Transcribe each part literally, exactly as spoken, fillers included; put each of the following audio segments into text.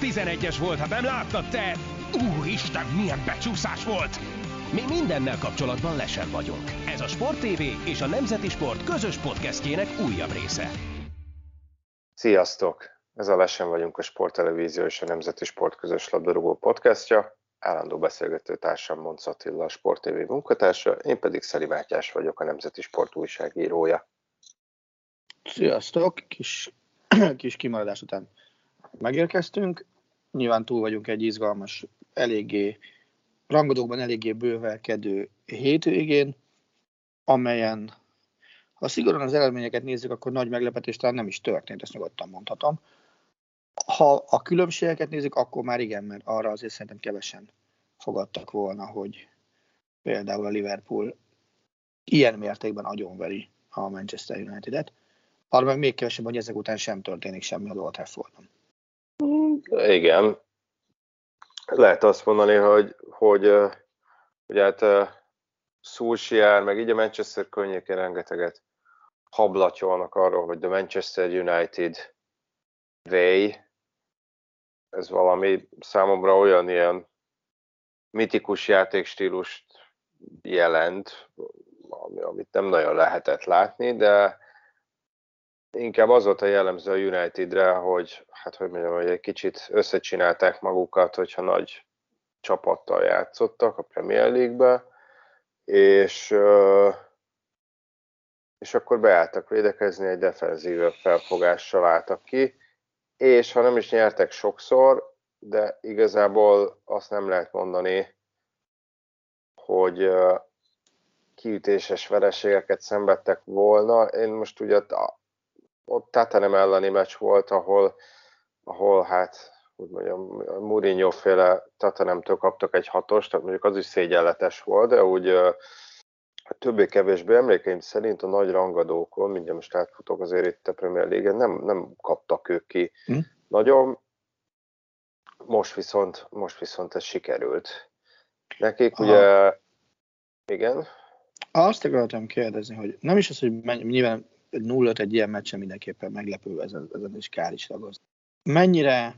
tizenegyes volt, hát nem láttad te? Úristen, milyen becsúszás volt! Mi mindennel kapcsolatban lesen vagyunk. Ez a Sport té vé és a Nemzeti Sport közös podcastjének újabb része. Sziasztok! Ez a Lesen vagyunk, a Sporttelevízió és a Nemzeti Sport közös labdarúgó podcastja. Állandó beszélgető társam Monc Attila, a Sport té vé munkatársa, én pedig Szeli Mátyás vagyok, a Nemzeti Sport újságírója. Sziasztok! Kis, kis kimaradás után megérkeztünk. Nyilván túl vagyunk egy izgalmas, eléggé rangadókban eléggé bővelkedő hétvégén, amelyen, ha szigorúan az eredményeket nézzük, akkor nagy meglepetés talán nem is történt, ezt nyugodtan mondhatom. Ha a különbségeket nézzük, akkor már igen, mert arra azért szerintem kevesen fogadtak volna, hogy például a Liverpool ilyen mértékben agyonveri a Manchester United-et. Arra meg még kevesebb, hogy ezek után sem történik semmi az Old Traffordon. Igen. Lehet azt mondani, hogy, hogy, hogy hát Solskjaer, meg így a Manchester környékén rengeteget hablatyolnak arról, hogy the Manchester United way, ez valami számomra olyan ilyen mitikus játékstílust jelent, amit nem nagyon lehetett látni, de inkább az volt a jellemző a Unitedre, hogy, hát hogy mondjam, hogy egy kicsit összecsinálták magukat, hogyha nagy csapattal játszottak a Premier League-be, és, és akkor beálltak védekezni, egy defenzív felfogással álltak ki, és ha nem is nyertek sokszor, de igazából azt nem lehet mondani, hogy kiütéses vereségeket szenvedtek volna. Én most ugye ott Tottenham elleni meccs volt, ahol, ahol hát, úgy mondjam, Mourinho-féle Tottenhamtől kaptak egy hatost, tehát mondjuk az is szégyenletes volt, de úgy hát többé-kevésbé emlékeim szerint a nagy rangadókon, mindjárt most átfutok azért itt a Premier League-en, nem, nem kaptak ők ki hm? nagyon. Most viszont, most viszont ez sikerült. Nekik Aha. ugye, igen. Azt akartam kérdezni, hogy nem is az, hogy menj, nyilván nulla öt egy ilyen meccsen mindenképpen meglepő, ezen, ezen is kár is ragozni. Mennyire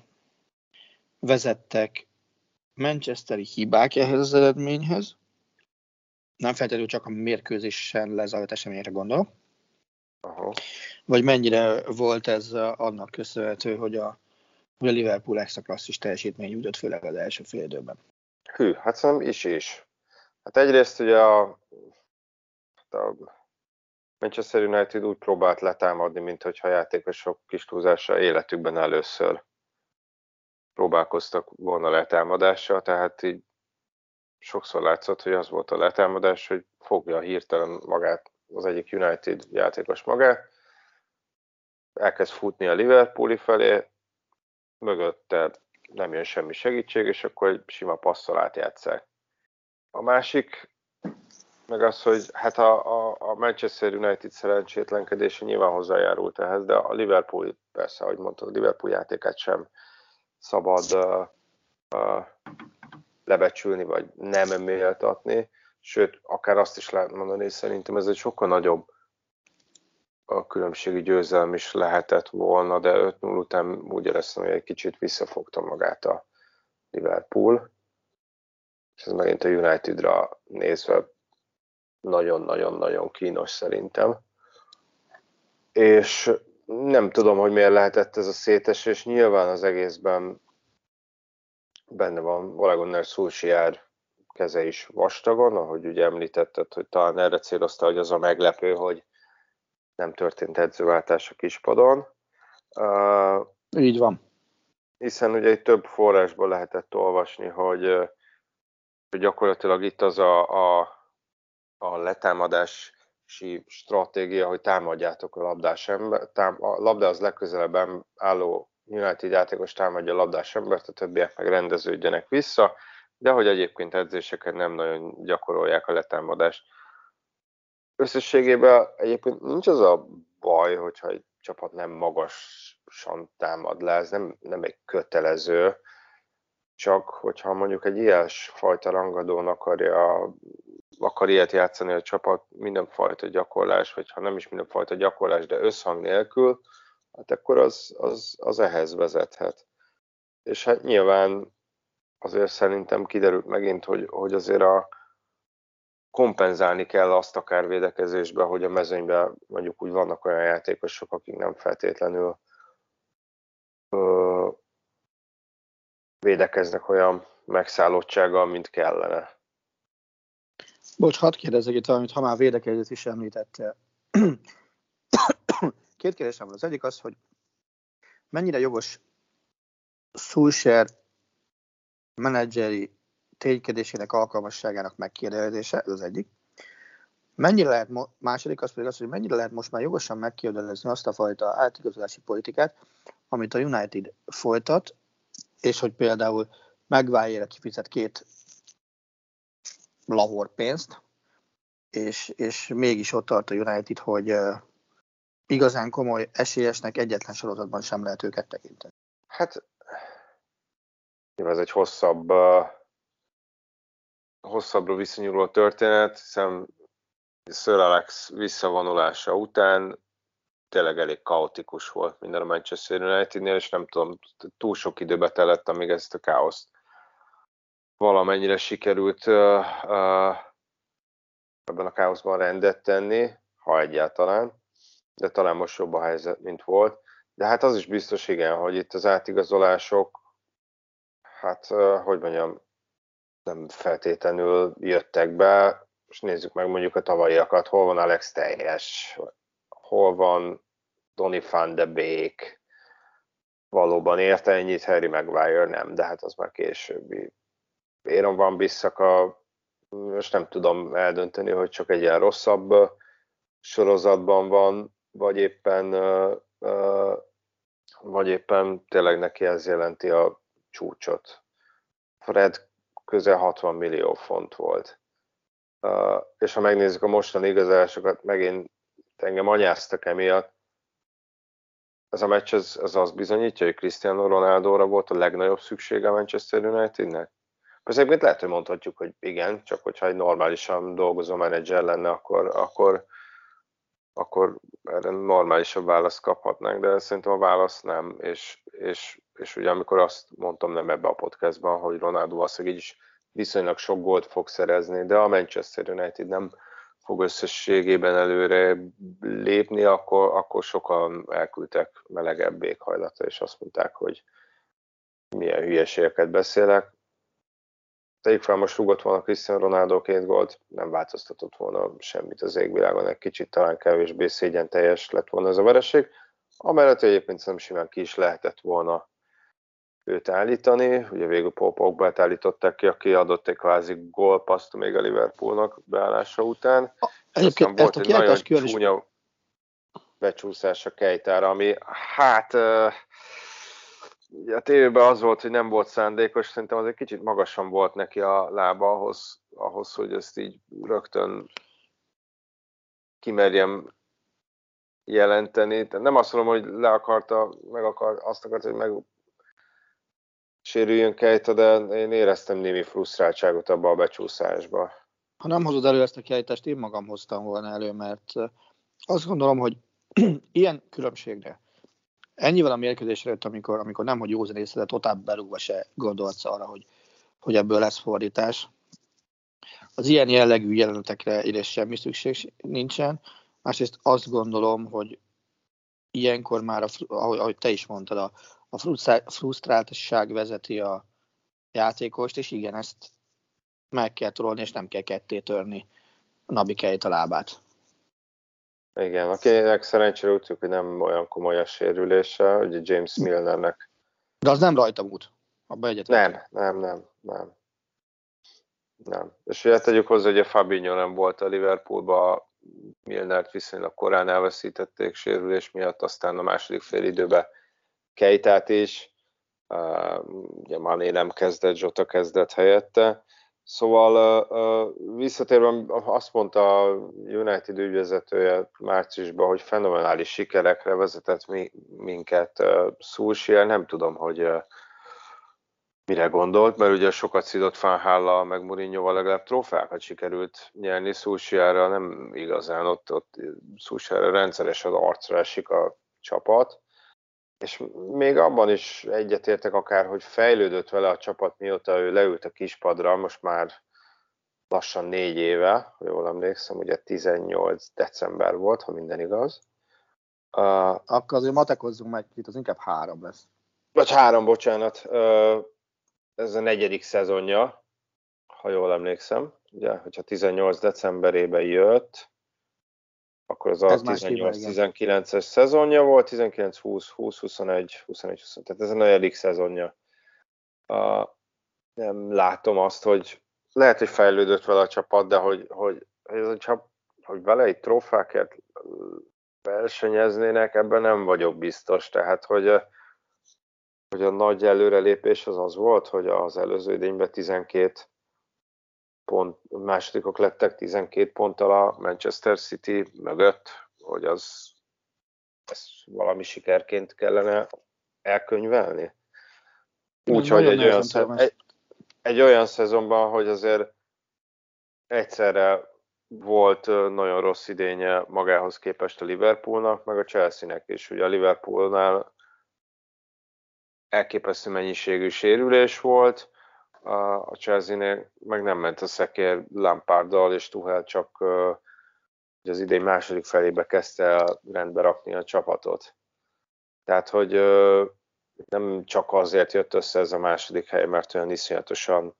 vezettek manchesteri hibák ehhez az eredményhez? Nem feltétlenül csak a mérkőzésen lezajlott eseményekre gondolok. Aha. Vagy mennyire volt ez annak köszönhető, hogy a, hogy a Liverpool extra klasszis teljesítmény jutott, főleg az első fél időben? Hű, hát szerintem is is. Hát egyrészt ugye a, a Manchester United úgy próbált letámadni, mint hogyha játékosok kis túlzással életükben először próbálkoztak volna letámadással, tehát így sokszor látszott, hogy az volt a letámadás, hogy fogja hirtelen magát az egyik United játékos magát, elkezd futni a Liverpooli felé, mögötte nem jön semmi segítség, és akkor egy sima passzal átjátsszák. A másik meg az, hogy hát a, a, a Manchester United szerencsétlenkedése nyilván hozzájárult ehhez, de a Liverpool, persze, ahogy mondtad, a Liverpool játékát sem szabad uh, uh, lebecsülni, vagy nem méltatni, sőt, akár azt is lehet mondani, és szerintem ez egy sokkal nagyobb a különbségi győzelem is lehetett volna, de öt null után úgy éreztem, hogy egy kicsit visszafogta magát a Liverpool, és ez megint a Unitedra nézve nagyon-nagyon-nagyon kínos szerintem. És nem tudom, hogy miért lehetett ez a szétesés, nyilván az egészben benne van Ole Gunnar Solskjaer keze is vastagon, ahogy ugye említetted, hogy talán erre célozta, hogy az a meglepő, hogy nem történt edzőváltás a kispadon. Uh, Így van. Hiszen ugye egy több forrásból lehetett olvasni, hogy, hogy gyakorlatilag itt az a, a, a letámadási stratégia, hogy támadjátok a labdás ember, tám, a labda az legközelebb álló United játékos támadja a labdás embert, a többiek meg rendeződjenek vissza, de hogy egyébként edzéseken nem nagyon gyakorolják a letámadást. Összességében egyébként nincs az a baj, hogyha egy csapat nem magasan támad le, ez nem, nem egy kötelező, csak hogyha mondjuk egy ilyesfajta rangadón akarja, akar ilyet játszani a csapat, mindenfajta gyakorlás, vagy ha nem is mindenfajta gyakorlás, de összhang nélkül, hát akkor az, az, az ehhez vezethet. és hát nyilván azért szerintem kiderült megint, hogy, hogy azért a kompenzálni kell azt akár védekezésbe, hogy a mezőnyben mondjuk úgy vannak olyan játékosok, akik nem feltétlenül ö, védekeznek olyan megszállottsággal, mint kellene. Bocs, hadd kérdezzek itt valamit, ha már védekezést is említette. Két kérdésem van. Az egyik az, hogy mennyire jogos Solskjaer menedzseri ténykedésének alkalmasságának megkérdezése, ez az egyik. Mennyire lehet, második az pedig az, hogy mennyire lehet most már jogosan megkérdezni azt a fajta átigazolási politikát, amit a United folytat, és hogy például Maguire kifizet két lahor pénzt, és, és mégis ott tart a United, hogy uh, igazán komoly esélyesnek egyetlen sorozatban sem lehet őket tekinteni. Hát ez egy hosszabb, uh, hosszabbra viszonyuló történet, hiszen Sir Alex visszavonulása után tényleg elég kaotikus volt minden a Manchester Unitednél, és nem tudom, túl sok időbe telett, amíg ezt a káoszt valamennyire sikerült uh, uh, ebben a káoszban rendet tenni, ha egyáltalán, de talán most jobb a helyzet, mint volt. De hát az is biztos, igen, hogy itt az átigazolások, hát, uh, hogy mondjam, nem feltétlenül jöttek be. Most nézzük meg mondjuk a tavalyiakat, hol van Alex Teljes, hol van Donny van de Beek, valóban érte ennyit, Harry Maguire nem, de hát az már későbbi. Aaron Van Bissaka, most nem tudom eldönteni, hogy csak egy ilyen rosszabb sorozatban van, vagy éppen, vagy éppen tényleg neki ez jelenti a csúcsot. Fred közel hatvan millió font volt. És ha megnézzük a mostani igazolásokat, megint engem anyáztak emiatt. Ez a meccs az, az azt bizonyítja, hogy Cristiano Ronaldóra volt a legnagyobb szüksége a Manchester Unitednek? Persze egyébként lehet, hogy mondhatjuk, hogy igen, csak hogyha egy normálisan dolgozó menedzser lenne, akkor, akkor, akkor erre normálisabb választ kaphatnánk, de szerintem a válasz nem, és, és, és ugye amikor azt mondtam nem ebbe a podcastban, hogy Ronaldo valószínűleg így is viszonylag sok gólt fog szerezni, de a Manchester United nem fog összességében előre lépni, akkor, akkor sokan elküldtek melegebb éghajlatra, és azt mondták, hogy milyen hülyeségeket beszélek. Tegyük fel, most rúgott volna Cristiano Ronaldo két gólt, nem változtatott volna semmit az égvilágon, egy kicsit talán kevésbé szégyen teljes lett volna ez a vereség, amellett egyébként szerintem simán ki is lehetett volna őt állítani, ugye végül Paul Pogbát állították ki, aki adott egy kvázi gólpasszt még a Liverpoolnak beállása után. Egyébként volt egy nagyon is... csúnya becsúszás a Kejtára, ami hát a tévében az volt, hogy nem volt szándékos, szerintem az egy kicsit magasan volt neki a lába ahhoz, ahhoz hogy ezt így rögtön kimerjem jelenteni. Tehát nem azt mondom, hogy le akarta, meg akar, azt akarta, hogy meg sérüljön Kejta, de én éreztem némi frusztráltságot abba a becsúszásba. Ha nem hozod elő ezt a kiállítást, én magam hoztam volna elő, mert azt gondolom, hogy ilyen különbségre, ennyivel a mérkőzésre jött, amikor, amikor nem, hogy józan észre, de totál berúgva se gondolsz arra, hogy, hogy ebből lesz fordítás. Az ilyen jellegű jelenetekre ide semmi szükség nincsen. Másrészt azt gondolom, hogy ilyenkor már, a, ahogy, ahogy te is mondtad, a, a frusztráltság vezeti a játékost, és igen, ezt meg kell torolni, és nem kell ketté törni Naby Keita lábát. Igen, akinek szerencsére úgy tűnik, hogy nem olyan komoly a sérülése, ugye James Milnernek. De az nem rajta út. Abba egyetlen. Nem, nem, nem, nem. Nem. És ugye tegyük hozzá, hogy a Fabinho nem volt a Liverpoolban, Milnert viszonylag korán elveszítették sérülés miatt, aztán a második fél időben Keitát is, uh, ugye Mané nem kezdett, Jota kezdett helyette. Szóval uh, visszatérve azt mondta a United ügyvezetője márciusban, hogy fenomenális sikerekre vezetett mi, minket uh, Solskjaer, nem tudom, hogy uh, mire gondolt, mert ugye sokat szidott Van Gaal-lal, meg Mourinhoval legalább trófeákat sikerült nyerni, Solskjaerre nem igazán, ott, ott Solskjaerre rendszeresen arcra esik a csapat, és még abban is egyetértek akár, hogy fejlődött vele a csapat, mióta ő leült a kispadra, most már lassan négy éve, ha jól emlékszem, ugye tizennyolc december volt, ha minden igaz. Uh, Akkor azért matekozzunk meg, itt az inkább három lesz. Vagy három, bocsánat. Uh, ez a negyedik szezonja, ha jól emlékszem. Ugye, hogyha tizennyolc decemberében jött, akkor az a tizennyolc tizenkilences szezonja volt, tizenkilenc húsz, húsz huszonegy, huszonegy húsz, tehát ez a negyedik szezonja. Uh, nem látom azt, hogy lehet, hogy fejlődött vele a csapat, de hogy, hogy, hogy, hogy, hogy vele egy trófákért versenyeznének, ebben nem vagyok biztos. Tehát, hogy, hogy a nagy előrelépés az az volt, hogy az előző idényben tizenkét pont, másodikok lettek tizenkét ponttal a Manchester City mögött, hogy az ezt valami sikerként kellene elkönyvelni. Úgyhogy egy olyan, szez- egy, egy olyan szezonban, hogy azért egyszerre volt nagyon rossz idénye magához képest a Liverpoolnak, meg a Chelsea-nek is. Ugye a Liverpoolnál elképesztő mennyiségű sérülés volt, a Chelsea-nél meg nem ment a szekér Lamparddal, és Tuchel csak az idén második felébe kezdte el rendbe rakni a csapatot. Tehát, hogy nem csak azért jött össze ez a második hely, mert olyan iszonyatosan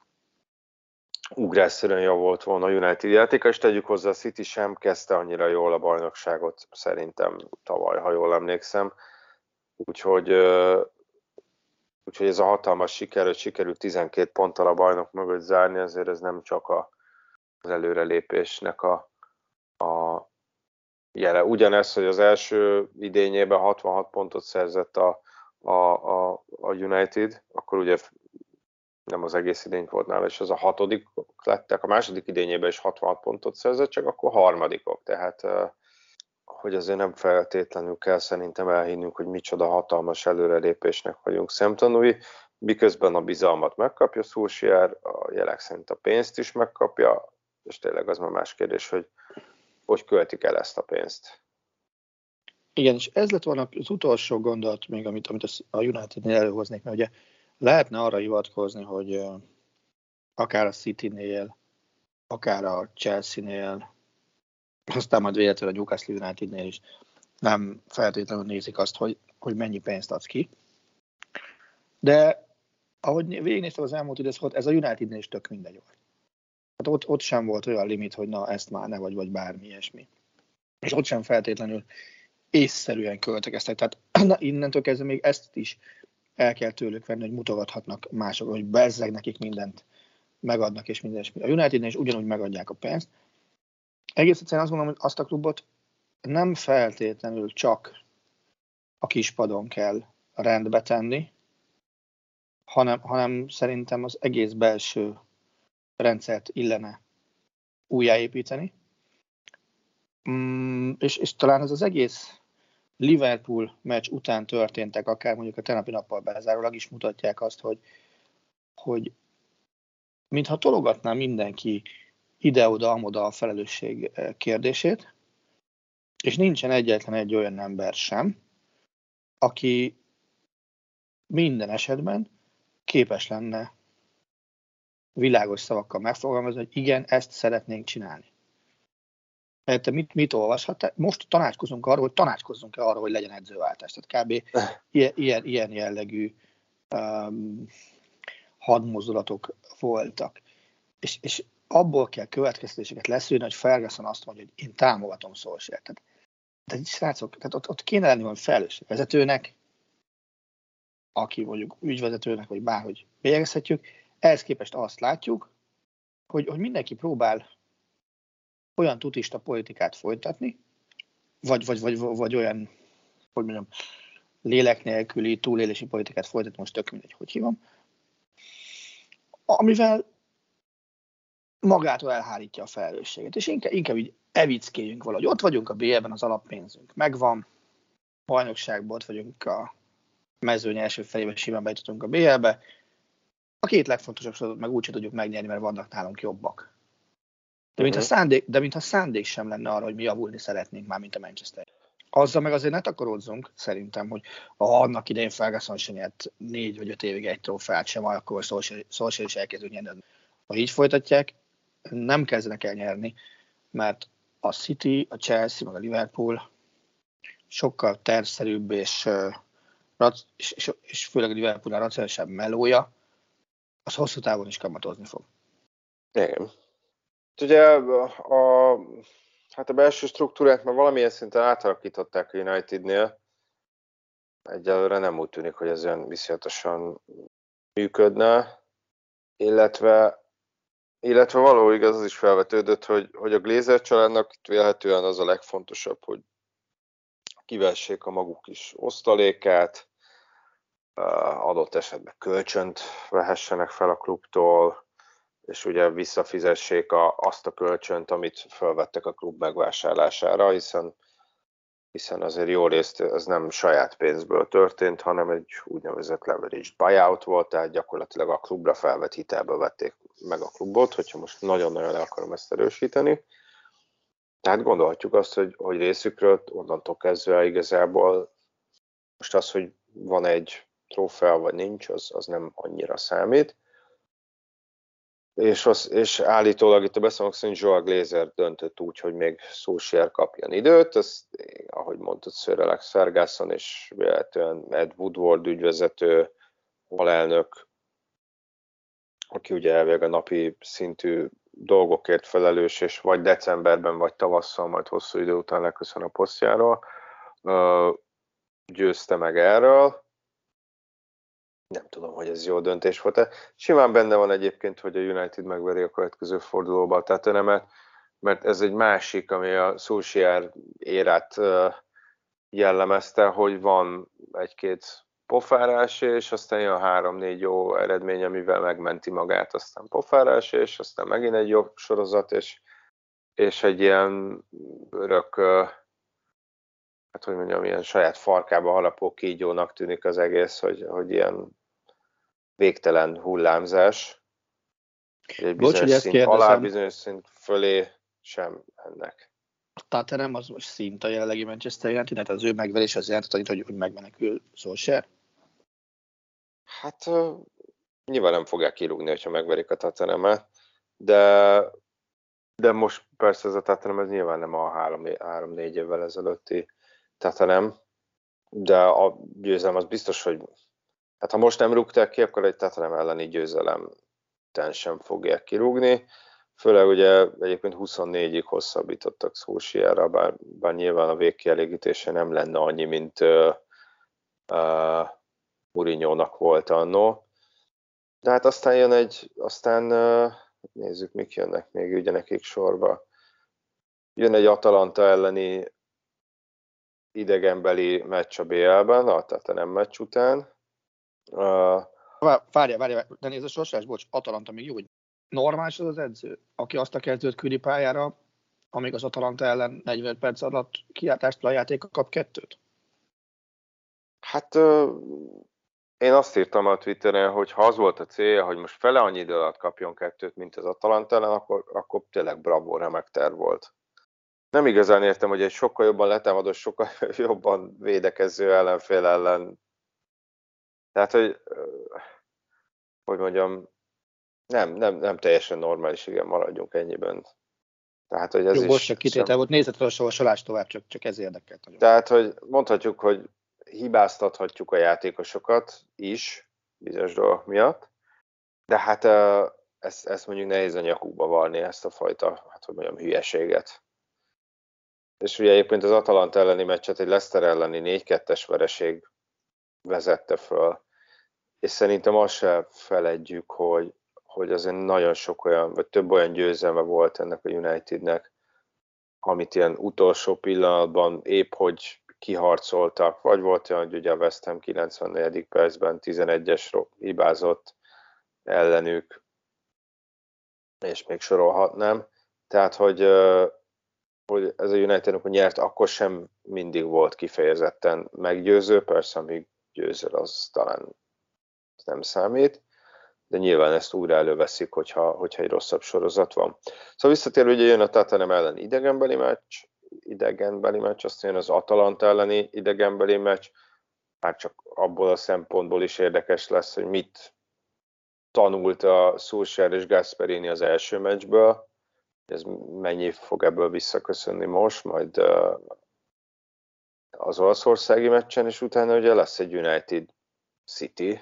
ugrásszerűen jó volt volna a United játéka, és tegyük hozzá, a City sem kezdte annyira jól a bajnokságot, szerintem tavaly, ha jól emlékszem. Úgyhogy, úgyhogy ez a hatalmas siker, hogy sikerült tizenkét ponttal a bajnok mögött zárni, azért ez nem csak a, az előrelépésnek a, a jele. Ugyanez, hogy az első idényében hatvanhat pontot szerzett a, a, a, a United, akkor ugye nem az egész idény volt nála, és az a hatodik lettek, a második idényében is hatvanhat pontot szerzett, csak akkor harmadikok, tehát hogy azért nem feltétlenül kell szerintem elhinnünk, hogy micsoda hatalmas előrelépésnek vagyunk szemtanúi, miközben a bizalmat megkapja Solskjaer, a jelek szerint a pénzt is megkapja, és tényleg az már más kérdés, hogy hogy költik el ezt a pénzt. Igen, és ez lett volna az utolsó gondolat még, amit, amit a Unitednél előhoznék, mert ugye lehetne arra hivatkozni, hogy akár a Citynél, akár a Chelsea-nél, aztán majd véletlenül a Newcastle Unitednél is nem feltétlenül nézik azt, hogy, hogy mennyi pénzt adsz ki. De ahogy végignéztem az elmúlt időszakot, ez a Unitednél is tök mindegy volt. Hát ott, ott sem volt olyan limit, hogy na ezt már ne vagy, vagy bármi ilyesmi. És ott sem feltétlenül észszerűen költekeztek. Tehát na, innentől kezdve még ezt is el kell tőlük venni, hogy mutogathatnak mások, hogy bezzeg nekik mindent megadnak és minden. A Unitednél is ugyanúgy megadják a pénzt. Egész egyszerűen azt gondolom, hogy azt a klubot nem feltétlenül csak a kispadon kell rendbe tenni, hanem, hanem szerintem az egész belső rendszert illene újjáépíteni. Mm, és, és talán ez az egész Liverpool meccs után történtek, akár mondjuk a tegnapi nappal bezárólag is mutatják azt, hogy, hogy mintha tologatná mindenki ide-oda-amoda a felelősség kérdését, és nincsen egyetlen egy olyan ember sem, aki minden esetben képes lenne világos szavakkal megfogalmazni, hogy igen, ezt szeretnénk csinálni. Mert te mit, mit olvashat? Most tanácskozunk arról, hogy tanácskozzunk arról, hogy legyen edzőváltás. Tehát kb. ilyen, ilyen, ilyen jellegű um, hadmozdulatok voltak. És, és abból kell következtetéseket leszűrni, hogy Ferguson azt mondja, hogy én támogatom Solskjaert. Tehát, tehát srácok, tehát ott, ott kéne lenni valami felelős vezetőnek, aki mondjuk ügyvezetőnek, vagy bárhogy bélyegezhetjük. Ehhez képest azt látjuk, hogy, hogy mindenki próbál olyan tutista politikát folytatni, vagy, vagy, vagy, vagy olyan, hogy mondjam, lélek nélküli túlélési politikát folytatni, most tök mindegy, hogy hívom, amivel magától elhárítja a felelősséget. És inkább, inkább így evickéljünk valahogy. Ott vagyunk a bé el-ben, az alappénzünk megvan, bajnokságban ott vagyunk a mezőny első felében, simán bejutottunk a bé el-be. A két legfontosabb sorozatot meg úgyse tudjuk megnyerni, mert vannak nálunk jobbak. De mintha szándék, de mintha szándék sem lenne arra, hogy mi javulni szeretnénk már, mint a Manchester. Azzal meg azért ne takarózzunk, szerintem, hogy ha annak idején Ferguson se nyert négy vagy öt évig egy trófeát sem, akkor Solskjaer is elkezdő nyerni. Ha így folytatják, nem kezdenek el nyerni, mert a City, a Chelsea, meg a Liverpool sokkal tervszerűbb és, és, és, és főleg a Liverpoolnál racionálisabb melója, az hosszú távon is kamatozni fog. Igen. Ugye a, a, hát a belső struktúrát már valamilyen szinten átalakították a Unitednél. Egyelőre nem úgy tűnik, hogy ez olyan viszonyatosan működne, illetve, illetve való igaz, az is felvetődött, hogy, hogy a Glazer családnak vélhetően az a legfontosabb, hogy kivessék a maguk is osztalékát, adott esetben kölcsönt vehessenek fel a klubtól, és ugye visszafizessék a, azt a kölcsönt, amit felvettek a klub megvásárlására, hiszen, hiszen azért jó részt ez nem saját pénzből történt, hanem egy úgynevezett leveraged buyout volt, tehát gyakorlatilag a klubra felvett hitelből vették meg a klubot, hogyha most nagyon-nagyon le akarom ezt erősíteni. Tehát gondolhatjuk azt, hogy, hogy részükről onnantól kezdve igazából most az, hogy van egy trófea vagy nincs, az, az nem annyira számít. És, az, és állítólag itt a beszámolók szerint Joao Glazer döntött úgy, hogy még Solskjaer kapjon időt. Ezt, ahogy mondtad, Sir Alex Ferguson és véletlenül Ed Woodward ügyvezető alelnök, aki ugye elvileg a napi szintű dolgokért felelős, és vagy decemberben, vagy tavasszal, majd hosszú idő után leköszön a posztjáról, győzte meg erről. Nem tudom, hogy ez jó döntés volt-e. Simán benne van egyébként, hogy a United megveri a következő fordulóba a Tottenhamet, mert ez egy másik, ami a Solskjaer érát jellemezte, hogy van egy-két pofárás, és aztán jön három-négy jó eredmény, amivel megmenti magát, aztán pofárás, és aztán megint egy jó sorozat, és, és egy ilyen örök, hát hogy mondjam, ilyen saját farkába harapó kígyónak tűnik az egész, hogy, hogy ilyen végtelen hullámzás, egy bizonyos Bocs, szint alá, bizonyos szint fölé sem ennek. A Tottenham az most szint a jelenlegi Manchester United, tehát az ő megverés az jelentett, hogy, hogy megmenekül Solskjaer? Hát uh, nyilván nem fogják kirúgni, hogyha megverik a Tottenhamet, de, de most persze ez a Tottenham ez nyilván nem a három-négy évvel ezelőtti Tottenham, de a győzelem az biztos, hogy hát ha most nem rúgták ki, akkor egy Tottenham elleni győzelem után sem fogják kirúgni. Főleg ugye egyébként huszonnégyig hosszabbítottak Solskjaerra, bár, bár nyilván a végkielégítése nem lenne annyi, mint uh, uh, Mourinho-nak volt annó. De hát aztán jön egy, aztán uh, nézzük, mik jönnek még ugye nekik sorba. Jön egy Atalanta elleni idegenbeli meccs a bé el-ben, a Tottenham meccs után. Uh, Várjál, várjál, de nézd a sorsás, bocs, Atalanta még jó, hogy normális az az edző, aki azt a kezdőt küldi pályára, amíg az Atalanta ellen negyven perc alatt kiáltást a játéka kap kettőt? Hát uh, én azt írtam a Twitteren, hogy ha az volt a célja, hogy most fele annyi idő alatt kapjon kettőt, mint az Atalanta ellen, akkor, akkor tényleg bravo, remek terv volt. Nem igazán értem, hogy egy sokkal jobban letámadó, sokkal jobban védekező ellenfél ellen. Tehát, hogy hogy mondjam, nem, nem, nem teljesen normális, igen, maradjunk ennyiben. Tehát, hogy ez Jó, is... most csak kitétel volt, nézett fel a sorsolást tovább, csak, csak ez érdekelt nagyon. Tehát, hogy mondhatjuk, hogy hibáztathatjuk a játékosokat is, bizonyos dolgok miatt, de hát ezt, ezt mondjuk nehéz a nyakukba valni, ezt a fajta, hát hogy mondjam, hülyeséget. És ugye egyébként az Atalanta elleni meccset egy Leicester elleni négy kettes vereség vezette föl, és szerintem azt se feledjük, hogy, hogy azért nagyon sok olyan, vagy több olyan győzelme volt ennek a Unitednek, amit ilyen utolsó pillanatban épp hogy kiharcoltak, vagy volt olyan, hogy ugye a West Ham kilencvennegyedik percben tizenegyes hibázott ellenük, és még sorolhatnám. Tehát, hogy, hogy ez a United, amikor nyert, akkor sem mindig volt kifejezetten meggyőző, persze, amíg győzöl, az talán nem számít, de nyilván ezt újra előveszik, hogyha, hogyha egy rosszabb sorozat van. Szóval visszatérve, ugye jön a Tottenham ellen idegenbeli meccs, idegenbeli meccs, aztán jön az Atalanta elleni idegenbeli meccs, már csak abból a szempontból is érdekes lesz, hogy mit tanult a Solskjaer és Gasperini az első meccsből, ez mennyi fog ebből visszaköszönni most, majd az olaszországi meccsen, és utána ugye lesz egy United City,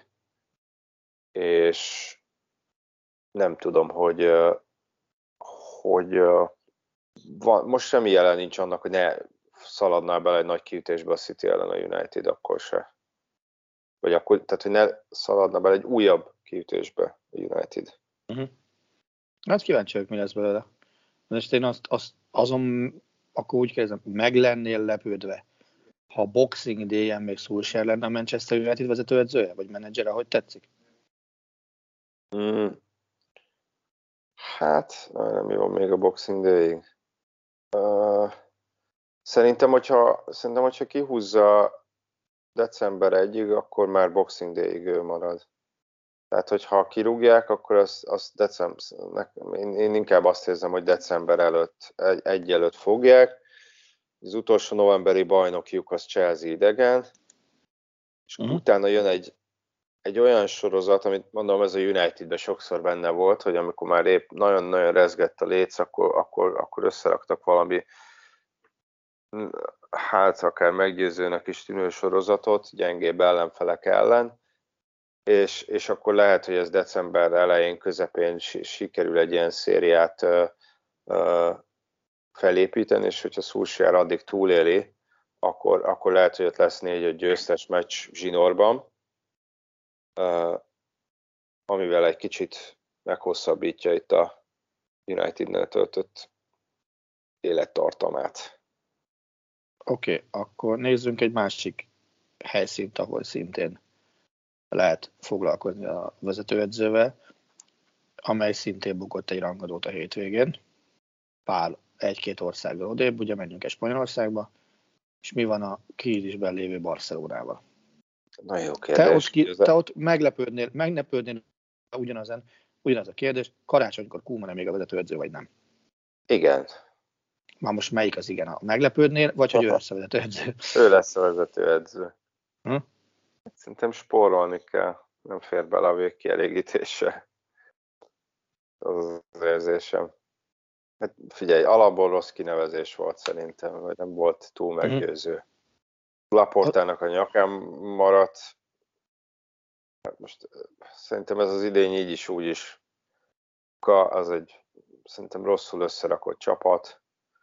és nem tudom, hogy, hogy van, most semmi jelen nincs annak, hogy ne szaladnál bele egy nagy kiütésbe a City ellen a United, akkor se. Vagy akkor, tehát, hogy ne szaladna bele egy újabb kiütésbe a United. Uh-huh. Hát kíváncsi vagyok, mi lesz belőle. Most én azt, azt azon, akkor úgy kérdezem, meg lennél lepődve, ha Boxing Day-en még Solskjaer lenne a Manchester United vezetőedzője, vagy menedzsere, hogy tetszik? Mm. Hát, nem jó még a Boxing Day-ig. Uh, szerintem, hogyha, szerintem, hogyha kihúzza december elsejéig, akkor már Boxing Day-ig ő marad. Tehát, hogyha kirúgják, akkor azt, azt december, én, én inkább azt érzem, hogy december előtt, egy, egy előtt fogják. Az utolsó novemberi bajnokjuk az Chelsea idegen, és uh-huh. utána jön egy, egy olyan sorozat, amit mondom, ez a Unitedben sokszor benne volt, hogy amikor már épp nagyon-nagyon rezgett a léc, akkor, akkor, akkor összeraktak valami, hát akár meggyőzőnek is tűnő sorozatot, gyengébb ellenfelek ellen, és, és akkor lehet, hogy ez december elején, közepén sikerül egy ilyen szériát uh, uh, felépíteni, és hogyha Solskjaer addig túléli, akkor, akkor lehet, hogy ott lesz négy-öt győztes meccs zsinórban, uh, amivel egy kicsit meghosszabbítja itt a Unitednél töltött élettartamát. Oké, okay, akkor nézzünk egy másik helyszínt, ahol szintén lehet foglalkozni a vezetőedzővel, amely szintén bukott egy rangadót a hétvégén. Pár egy-két országgal odébb, ugye menjünk egy Spanyolországba, és mi van a krízisben lévő Barcelonával? Nagyon jó kérdés. Te ott, ki, te ott meglepődnél, meglepődnél ugyanazen, ugyanaz a kérdés, karácsonykor Koeman még a vezetőedző, vagy nem? Igen. Már most melyik az igen? A meglepődnél, vagy hogy ő lesz a vezetőedző? Ő lesz a vezetőedző. Hm? Szerintem spórolni kell, nem fér bele a végkielégítése. Az az érzésem. Hát figyelj, alapból rossz kinevezés volt szerintem, vagy nem volt túl meggyőző. Mm-hmm. Laportának a nyakán maradt. Hát most szerintem ez az idény így is, úgy is. Az egy szerintem rosszul összerakott csapat.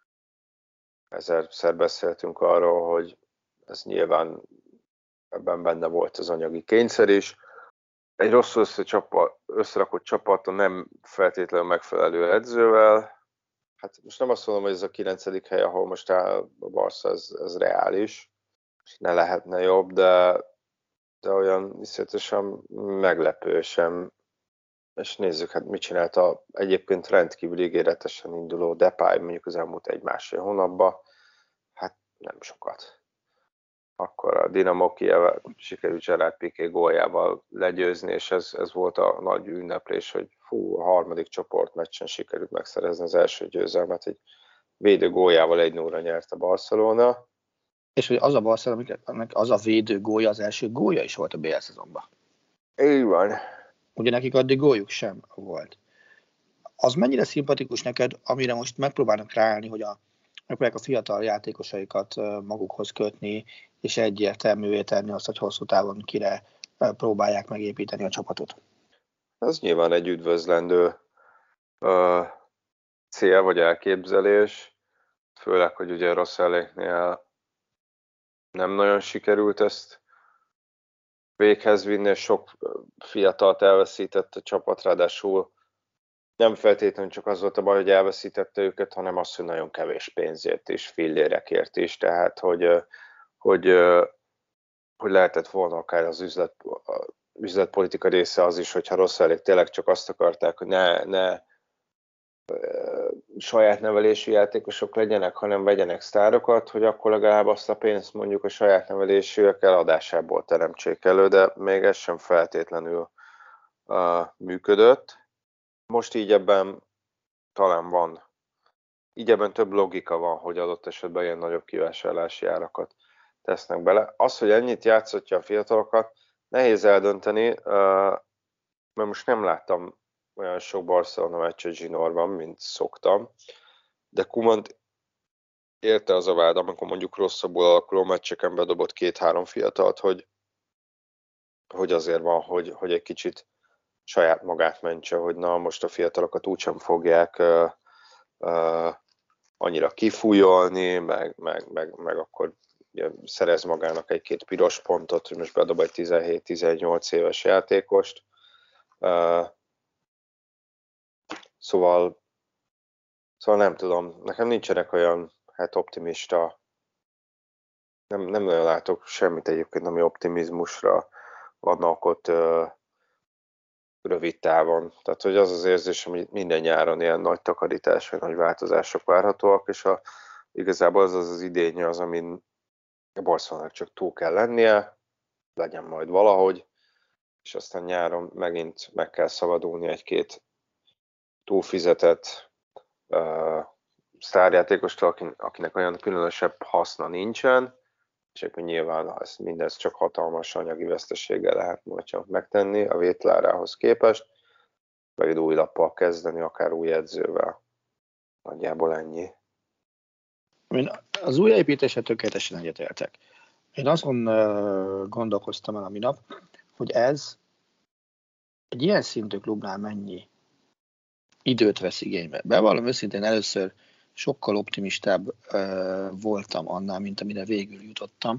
Ezerszer beszéltünk arról, hogy ez nyilván ebben benne volt az anyagi kényszer is. Egy rosszul összerakott csapaton nem feltétlenül megfelelő edzővel. Hát most nem azt mondom, hogy ez a kilencedik hely, ahol most áll a Barca, ez, ez reális, és ne lehetne jobb, de, de olyan viszonyatosan meglepő sem. És nézzük, hát mit csinálta egyébként rendkívül ígéretesen induló Depay mondjuk az elmúlt egy-másfél hónapban. Hát nem sokat. Akkor a Dinamo Kijevvel sikerült Gerard Piqué góljával legyőzni, és ez, ez volt a nagy ünneplés, hogy fú, a harmadik csoportmeccsen sikerült megszerezni az első győzelmet, egy védő góljával egy nullra nyert a Barcelona. És hogy az a Barcelona, az a védő gólya, az első gólya is volt a bé el szezonban. Így van. Ugye nekik addig góljuk sem volt. Az mennyire szimpatikus neked, amire most megpróbálnak ráállni, hogy a megpróbálják a fiatal játékosaikat magukhoz kötni, és egyértelművé tenni azt, hogy hosszú távon kire próbálják megépíteni a csapatot. Ez nyilván egy üdvözlendő uh, cél vagy elképzelés, főleg, hogy ugye Rosselléknél nem nagyon sikerült ezt véghez vinni, és sok fiatalt elveszített a csapat, ráadásul nem feltétlenül csak az volt a baj, hogy elveszítette őket, hanem az, hogy nagyon kevés pénzért is, fillérekért is, tehát hogy, hogy, hogy lehetett volna akár az üzlet, üzletpolitika része az is, hogyha Rossellék tényleg csak azt akarták, hogy ne, ne saját nevelésű játékosok legyenek, hanem vegyenek sztárokat, hogy akkor legalább azt a pénzt mondjuk a saját nevelésűek eladásából teremtsék elő, de még ez sem feltétlenül uh, működött. Most így ebben talán van így ebben több logika van, hogy adott esetben ilyen nagyobb kivásárlási árakat tesznek bele. Az, hogy ennyit játszotja a fiatalokat, nehéz eldönteni, mert most nem láttam olyan sok Barcelona meccset zsinórban, mint szoktam, de Koemant érte az a vád, amikor mondjuk rosszabbul alakuló meccseken bedobott két-három fiatalt, hogy, hogy azért van, hogy, hogy egy kicsit saját magát mentse, hogy na most a fiatalokat úgysem fogják uh, uh, annyira kifújolni, meg, meg, meg, meg akkor ugye, szerez magának egy-két piros pontot, hogy most bedob egy tizenhét-tizennyolc éves játékost. Uh, szóval, szóval nem tudom, nekem nincsenek olyan hát optimista, nem, nem nagyon látok semmit egyébként, ami optimizmusra vannak ott uh, rövid távon. Tehát, hogy az az érzés, hogy minden nyáron ilyen nagy takarítás, vagy nagy változások várhatóak, és a, igazából az az az idénye az, amin a Barcelonának csak túl kell lennie, legyen majd valahogy, és aztán nyáron megint meg kell szabadulni egy-két túlfizetett uh, sztárjátékostól, akinek olyan különösebb haszna nincsen, és akkor nyilván ez, mindez csak hatalmas anyagi veszteséggel lehet majd csak megtenni a vétlárához képest, vagy egy új lappal kezdeni, akár új edzővel. Nagyjából ennyi. Én az új építése tökéletesen egyetértek. Én azon gondolkoztam el a minap, hogy ez egy ilyen szintű klubnál mennyi időt vesz igénybe. Bevallom őszintén, először sokkal optimistább voltam annál, mint amire végül jutottam.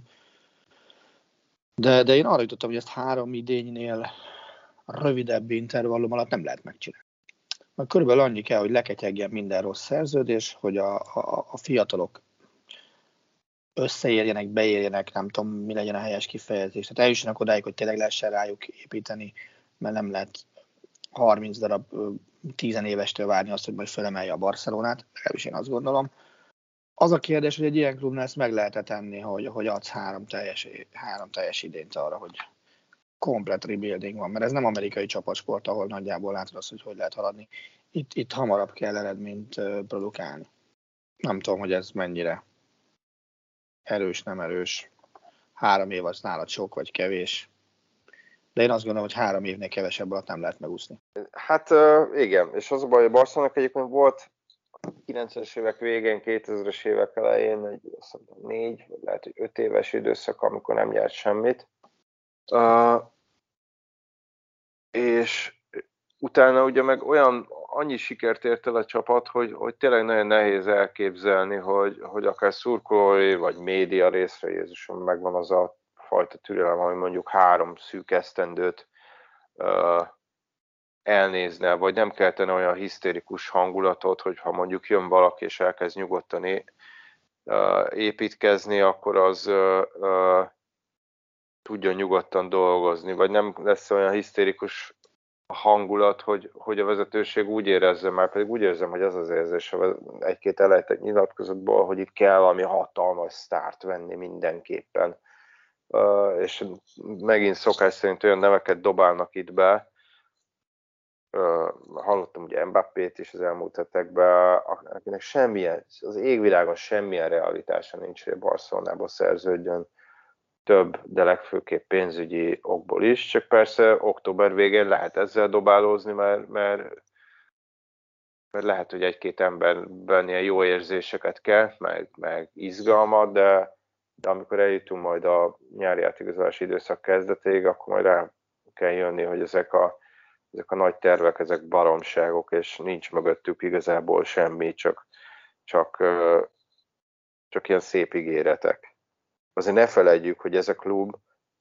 De, de én arra jutottam, hogy ezt három idénynél rövidebb intervallum alatt nem lehet megcsinálni. Mert körülbelül annyi kell, hogy leketyegjen minden rossz szerződés, hogy a, a, a fiatalok összeérjenek, beérjenek, nem tudom, mi legyen a helyes kifejezés. Tehát eljussanak odáig, hogy tényleg lehessen rájuk építeni, mert nem lehet harminc darab tizenévestől várni azt, hogy majd fölemelje a Barcelonát, legalábbis én azt gondolom. Az a kérdés, hogy egy ilyen klubnál ezt meg lehet tenni, hogy, hogy adsz három teljes, három teljes idényt arra, hogy komplet rebuilding van, mert ez nem amerikai csapatsport, ahol nagyjából látod azt, hogy hogy lehet haladni. Itt, itt hamarabb kell eredményt produkálni. Nem tudom, hogy ez mennyire erős, nem erős. Három év az nálad sok vagy kevés. De én azt gondolom, hogy három évnél kevesebb alatt nem lehet megúszni. Hát igen, és az a baj, hogy Barcelonának egyébként volt kilencvenes évek végén, kétezres évek elején egy azt mondom, négy, vagy lehet, hogy öt éves időszak, amikor nem nyert semmit. Uh, és utána ugye meg olyan, annyi sikert ért el a csapat, hogy, hogy tényleg nagyon nehéz elképzelni, hogy, hogy akár szurkolói, vagy média részre Jézusom megvan az a fajta türelem, ami mondjuk három szűk esztendőt uh, elnézne, vagy nem keltene olyan hisztérikus hangulatot, hogyha mondjuk jön valaki és elkezd nyugodtan é- uh, építkezni, akkor az uh, uh, tudjon nyugodtan dolgozni, vagy nem lesz olyan hisztérikus hangulat, hogy, hogy a vezetőség úgy érezze, már pedig úgy érzem, hogy az az érzés egy-két elejtett nyilatkozatból, hogy itt kell valami hatalmas sztárt venni mindenképpen. Uh, és megint szokás szerint olyan neveket dobálnak itt be. Uh, hallottam ugye Mbappét is az elmúlt hetekben, akinek semmilyen, az égvilágon semmilyen realitása nincs, hogy a Barcelonából szerződjön több, de legfőképp pénzügyi okból is, csak persze október végén lehet ezzel dobálózni, mert, mert, mert lehet, hogy egy-két emberben ilyen jó érzéseket kell, meg, meg izgalmat, de, de amikor eljutunk majd a nyári átigazolási időszak kezdetéig, akkor majd rá kell jönni, hogy ezek a, ezek a nagy tervek, ezek baromságok, és nincs mögöttük igazából semmi, csak, csak, csak ilyen szép ígéretek. Azért ne felejtjük, hogy ez a klub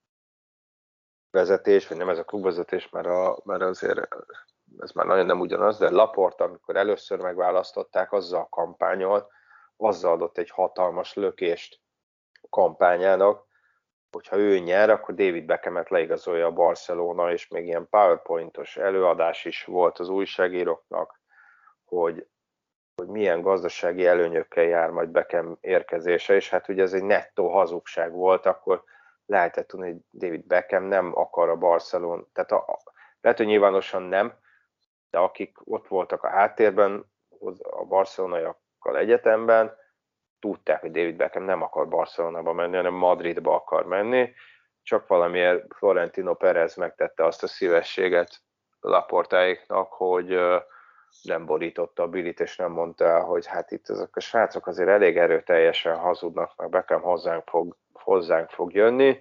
vezetés, vagy nem ez a klubvezetés, mert, a, mert azért ez már nagyon nem ugyanaz, de Laporta, amikor először megválasztották, azzal kampányolt, azzal adott egy hatalmas lökést a kampányának, hogyha ő nyer, akkor David Beckhamet leigazolja a Barcelona, és még ilyen powerpointos előadás is volt az újságíróknak, hogy, hogy milyen gazdasági előnyökkel jár majd Beckham érkezése, és hát ugye ez egy nettó hazugság volt, akkor lehetett tudni, hogy David Beckham nem akar a Barcelona, tehát a, a, lehet, hogy nyilvánosan nem, de akik ott voltak a háttérben, a barcelonaiak játékosokkal egyetemben, tudták, hogy David Beckham nem akar Barcelonába menni, hanem Madridba akar menni, csak valamiért Florentino Perez megtette azt a szívességet Laportáéknak, hogy nem borította a Billit, és nem mondta el, hogy hát itt ezek a srácok azért elég erőteljesen hazudnak, meg Beckham hozzánk fog, hozzánk fog jönni.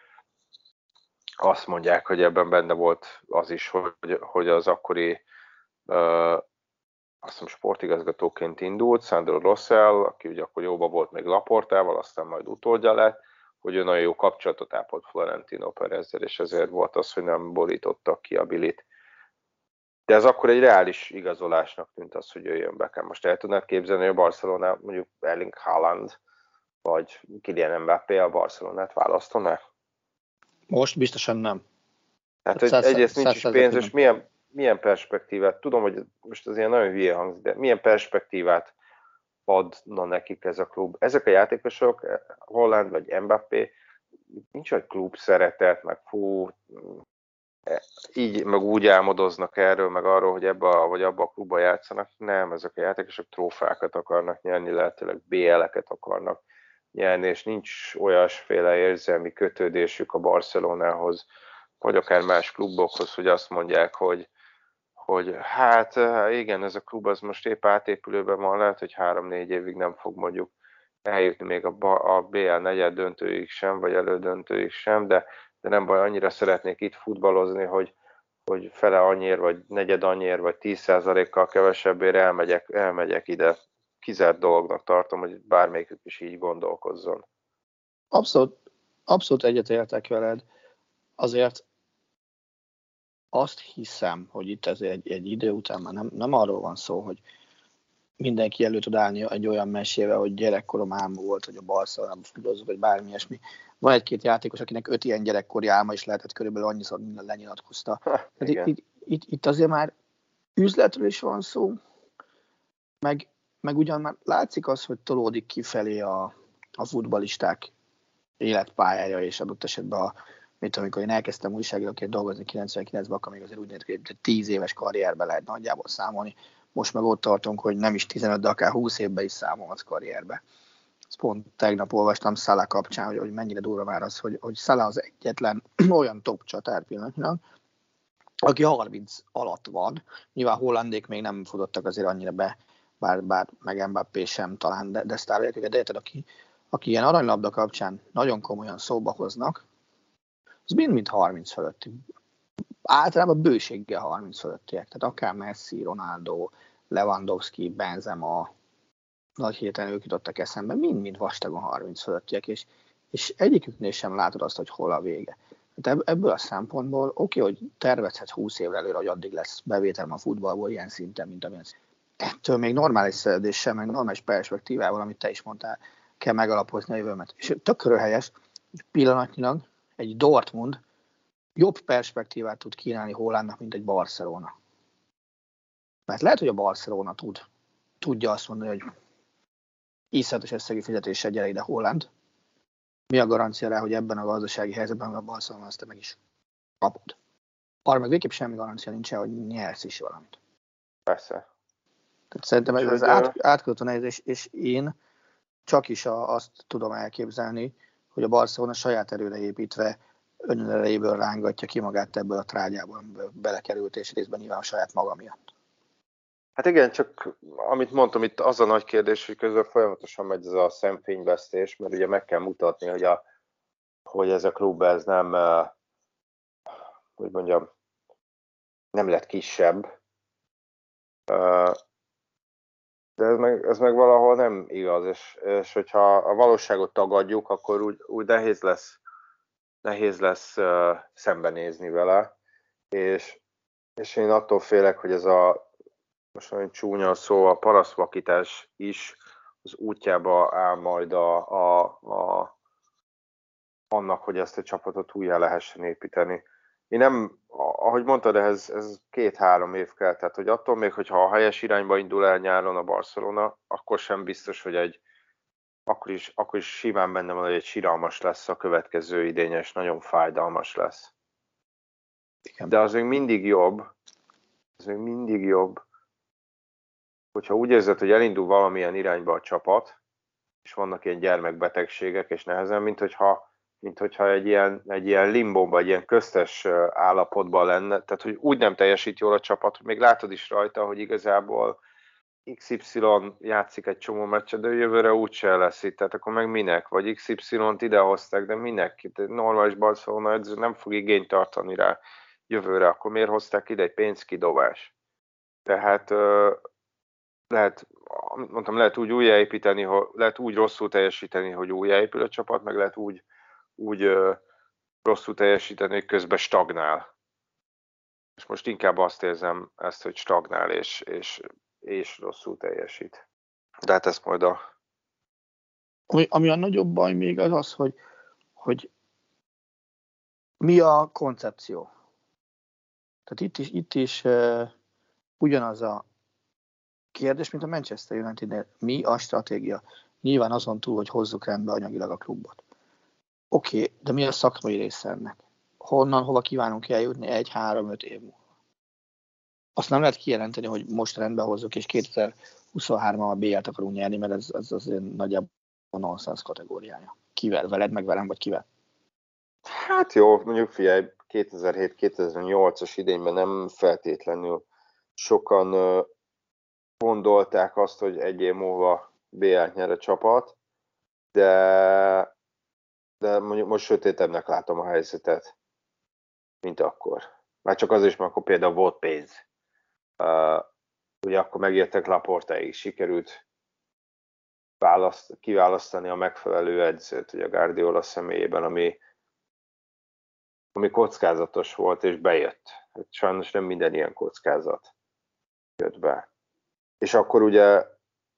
Azt mondják, hogy ebben benne volt az is, hogy, hogy az akkori uh, azt hiszem sportigazgatóként indult, Sandro Rosell, aki ugye akkor jóban volt még Laportával, aztán majd utódja lett, hogy ő nagyon jó kapcsolatot ápolt Florentino Perezzel, és ezért volt az, hogy nem borítottak ki a Billit. De ez akkor egy reális igazolásnak tűnt az, hogy jöjjön Beckham. Most el tudnád képzelni, hogy a Barcelona, mondjuk Erling Haaland, vagy Kylian Mbappé a Barcelonát választaná? Most biztosan nem. Tehát, hogy egyrészt nincs is pénz, és milyen, milyen perspektívát, tudom, hogy most az ilyen nagyon hülye hangzik, de milyen perspektívát adna nekik ez a klub. Ezek a játékosok, Haaland vagy Mbappé, nincs egy klub szeretet, meg fú, így, meg úgy álmodoznak erről, meg arról, hogy ebbe a, vagy abba a klubba játszanak. Nem, ezek a játékosok trófákat akarnak nyerni, lehetőleg bé el-eket akarnak nyerni, és nincs olyasféle érzelmi kötődésük a Barcelonához, vagy akár más klubokhoz, hogy azt mondják, hogy, hogy hát igen, ez a klub az most épp átépülőben van, lehet, hogy három-négy évig nem fog mondjuk eljutni még a, a bé el negyed döntőig sem, vagy elődöntőig sem, de, de nem baj, annyira szeretnék itt futballozni, hogy, hogy fele annyiért, vagy negyed annyiért, vagy tíz százalékkal kevesebbért elmegyek, elmegyek ide. Kizárt dolognak tartom, hogy bármelyikük is így gondolkozzon. Abszolút, abszolút egyetértek veled. Azért azt hiszem, hogy itt ez egy, egy idő után már nem, nem arról van szó, hogy mindenki elő tud állni egy olyan mesével, hogy gyerekkorom álma volt, hogy a Barcelonában futballozok, vagy bármi ilyesmi. Van egy-két játékos, akinek öt ilyen gyerekkori álma is lehetett, körülbelül annyiszor minden lenyilatkozta. Ha, itt, itt, itt, itt azért már üzletről is van szó, meg, meg ugyan már látszik az, hogy tolódik kifelé a, a futballisták életpályája, és adott esetben a mint amikor én elkezdtem újságíróként dolgozni kilencvenkilencben, akkor még azért úgy nézett, hogy tíz éves karrierben lehet nagyjából számolni. Most meg ott tartunk, hogy nem is tizenöt, de akár húsz évben is számolhatsz karrierbe. Ezt pont tegnap olvastam Salah kapcsán, hogy, hogy mennyire durva már az, hogy, hogy Salah az egyetlen olyan top csatár pillanatnyilag, aki harminc alatt van. Nyilván hollandék még nem futottak azért annyira be, bár, bár meg Mbappé sem talán, de, de sztárolják őket, de érted, aki, aki ilyen aranylabda kapcsán nagyon komolyan szóba hoznak, az mind-mind harminc fölötti. Általában bőséggel harminc fölöttiek. Tehát akár Messi, Ronaldo, Lewandowski, Benzema, nagy héten ők jutottak eszembe, mind-mind vastagon harminc fölöttiek, és, és egyiküknél sem látod azt, hogy hol a vége. Tehát ebből a szempontból oké, okay, hogy tervezhetsz húsz évre előre, hogy addig lesz bevételem a futballból ilyen szinten, mint amilyen. Ettől még normális szerződéssel, meg normális perspektívával, amit te is mondtál, kell megalapozni a jövőmet. És tök helyes, hogy pillanatnyilag egy Dortmund jobb perspektívát tud kínálni Haalandnak, mint egy Barcelona. Mert lehet, hogy a Barcelona tud, tudja azt mondani, hogy iszonyatos összegű fizetéssel gyere ide Haaland. Mi a garancia rá, hogy ebben a gazdasági helyzetben a Barcelona azt te meg is kapod. Arra meg végképp semmi garancia nincsen, hogy nyersz is valamit. Persze. Tehát szerintem ez, ez át, átkötő nehéz, és, és én csak is a, azt tudom elképzelni, hogy a Barcelona saját erőre építve önerejéből rángatja ki magát ebből a trágyából, amiből belekerült, és részben nyilván a saját maga miatt. Hát igen, csak amit mondtam, itt az a nagy kérdés, hogy közben folyamatosan megy ez a szemfényvesztés, mert ugye meg kell mutatni, hogy, a, hogy ez a klub ez nem, uh, hogy mondjam, nem lett kisebb. Uh, de ez meg, ez meg valahol nem igaz, és, és hogyha a valóságot tagadjuk, akkor úgy, úgy nehéz lesz, nehéz lesz uh, szembenézni vele, és, és én attól félek, hogy ez a most nagyon csúnya szó, a parasztvakítás is az útjába áll majd a, a, a, annak, hogy ezt a csapatot újjá lehessen építeni. Én nem, ahogy mondtad, ez, ez két-három év kell, tehát hogy attól még, hogyha a helyes irányba indul el nyáron a Barcelona, akkor sem biztos, hogy egy, akkor is, akkor is simán benne van, hogy egy siralmas lesz a következő idényes, nagyon fájdalmas lesz. Igen. De az még mindig jobb, az még mindig jobb, hogyha úgy érzed, hogy elindul valamilyen irányba a csapat, és vannak ilyen gyermekbetegségek, és nehezen, mint hogyha, mint hogyha egy ilyen, egy ilyen limbóban, egy ilyen köztes állapotban lenne, tehát hogy úgy nem teljesít jól a csapat, hogy még látod is rajta, hogy igazából iksz ipszilon játszik egy csomó meccset, de jövőre úgyse lesz itt, tehát akkor meg minek? Vagy iksz ipszilont idehozták, de minek? Normális Barcelona edző nem fog igényt tartani rá jövőre, akkor miért hozták ide egy pénzkidobás? Tehát lehet, mondtam, lehet úgy újjáépíteni, hogy lehet úgy rosszul teljesíteni, hogy újjáépül a csapat, meg lehet úgy, úgy rosszul teljesíteni, hogy közben stagnál. És most inkább azt érzem ezt, hogy stagnál és, és, és rosszul teljesít. De hát ezt majd a... Ami, ami a nagyobb baj még az az, hogy, hogy mi a koncepció. Tehát itt is, itt is uh, ugyanaz a kérdés, mint a Manchester Unitednél. Mi a stratégia? Nyilván azon túl, hogy hozzuk rendbe anyagilag a klubot. Oké, okay, de mi a szakmai része ennek? Honnan, hova kívánunk eljutni egy, három, öt év múlva? Azt nem lehet kijelenteni, hogy most rendbe hozzuk, és kétezer-huszonháromban a bé el-t akarunk nyerni, mert ez, ez az nagyjából a nonsense kategóriája. Kivel? Veled, meg velem, vagy kivel? Hát jó, mondjuk figyelj, kétezer-hét kétezer-nyolcas idényben nem feltétlenül sokan gondolták azt, hogy egy év múlva bé el-t nyer a csapat, de, de mondjuk most sötétebbnek látom a helyzetet, mint akkor. Már csak az is, mert akkor például volt pénz. Uh, ugye akkor megjöttek Laportáig, sikerült választ, kiválasztani a megfelelő edzőt, ugye a Guardiola személyében, ami, ami kockázatos volt, és bejött. Sajnos nem minden ilyen kockázat jött be. És akkor ugye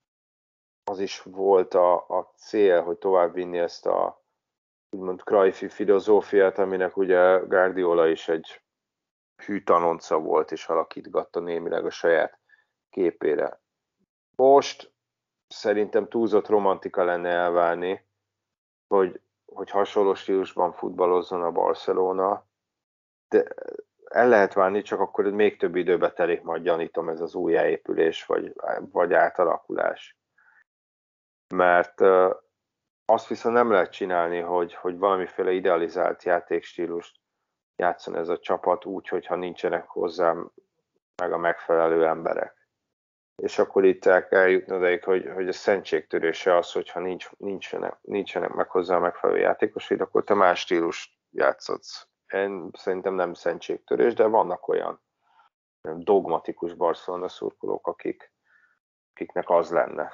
az is volt a, a cél, hogy továbbvinni ezt a úgymond Cruyffi filozófiát, aminek ugye Guardiola is egy hű tanonca volt, és alakítgatta némileg a saját képére. Most szerintem túlzott romantika lenne elvárni, hogy, hogy hasonló stílusban futballozzon a Barcelona, de el lehet várni, csak akkor még több időbe telik, majd gyanítom, ez az újjáépülés, vagy, vagy átalakulás. Mert uh, azt viszont nem lehet csinálni, hogy, hogy valamiféle idealizált játékstílust játszon ez a csapat úgy, hogyha nincsenek hozzá meg a megfelelő emberek. És akkor itt el kell jutni odaig, hogy, hogy a szentségtörése az, hogyha nincs, nincsenek, nincsenek meg hozzá a megfelelő játékosaid, akkor te más stílust játszhatsz. Én szerintem nem szentségtörés, de vannak olyan dogmatikus Barcelona szurkolók, akik, akiknek az lenne.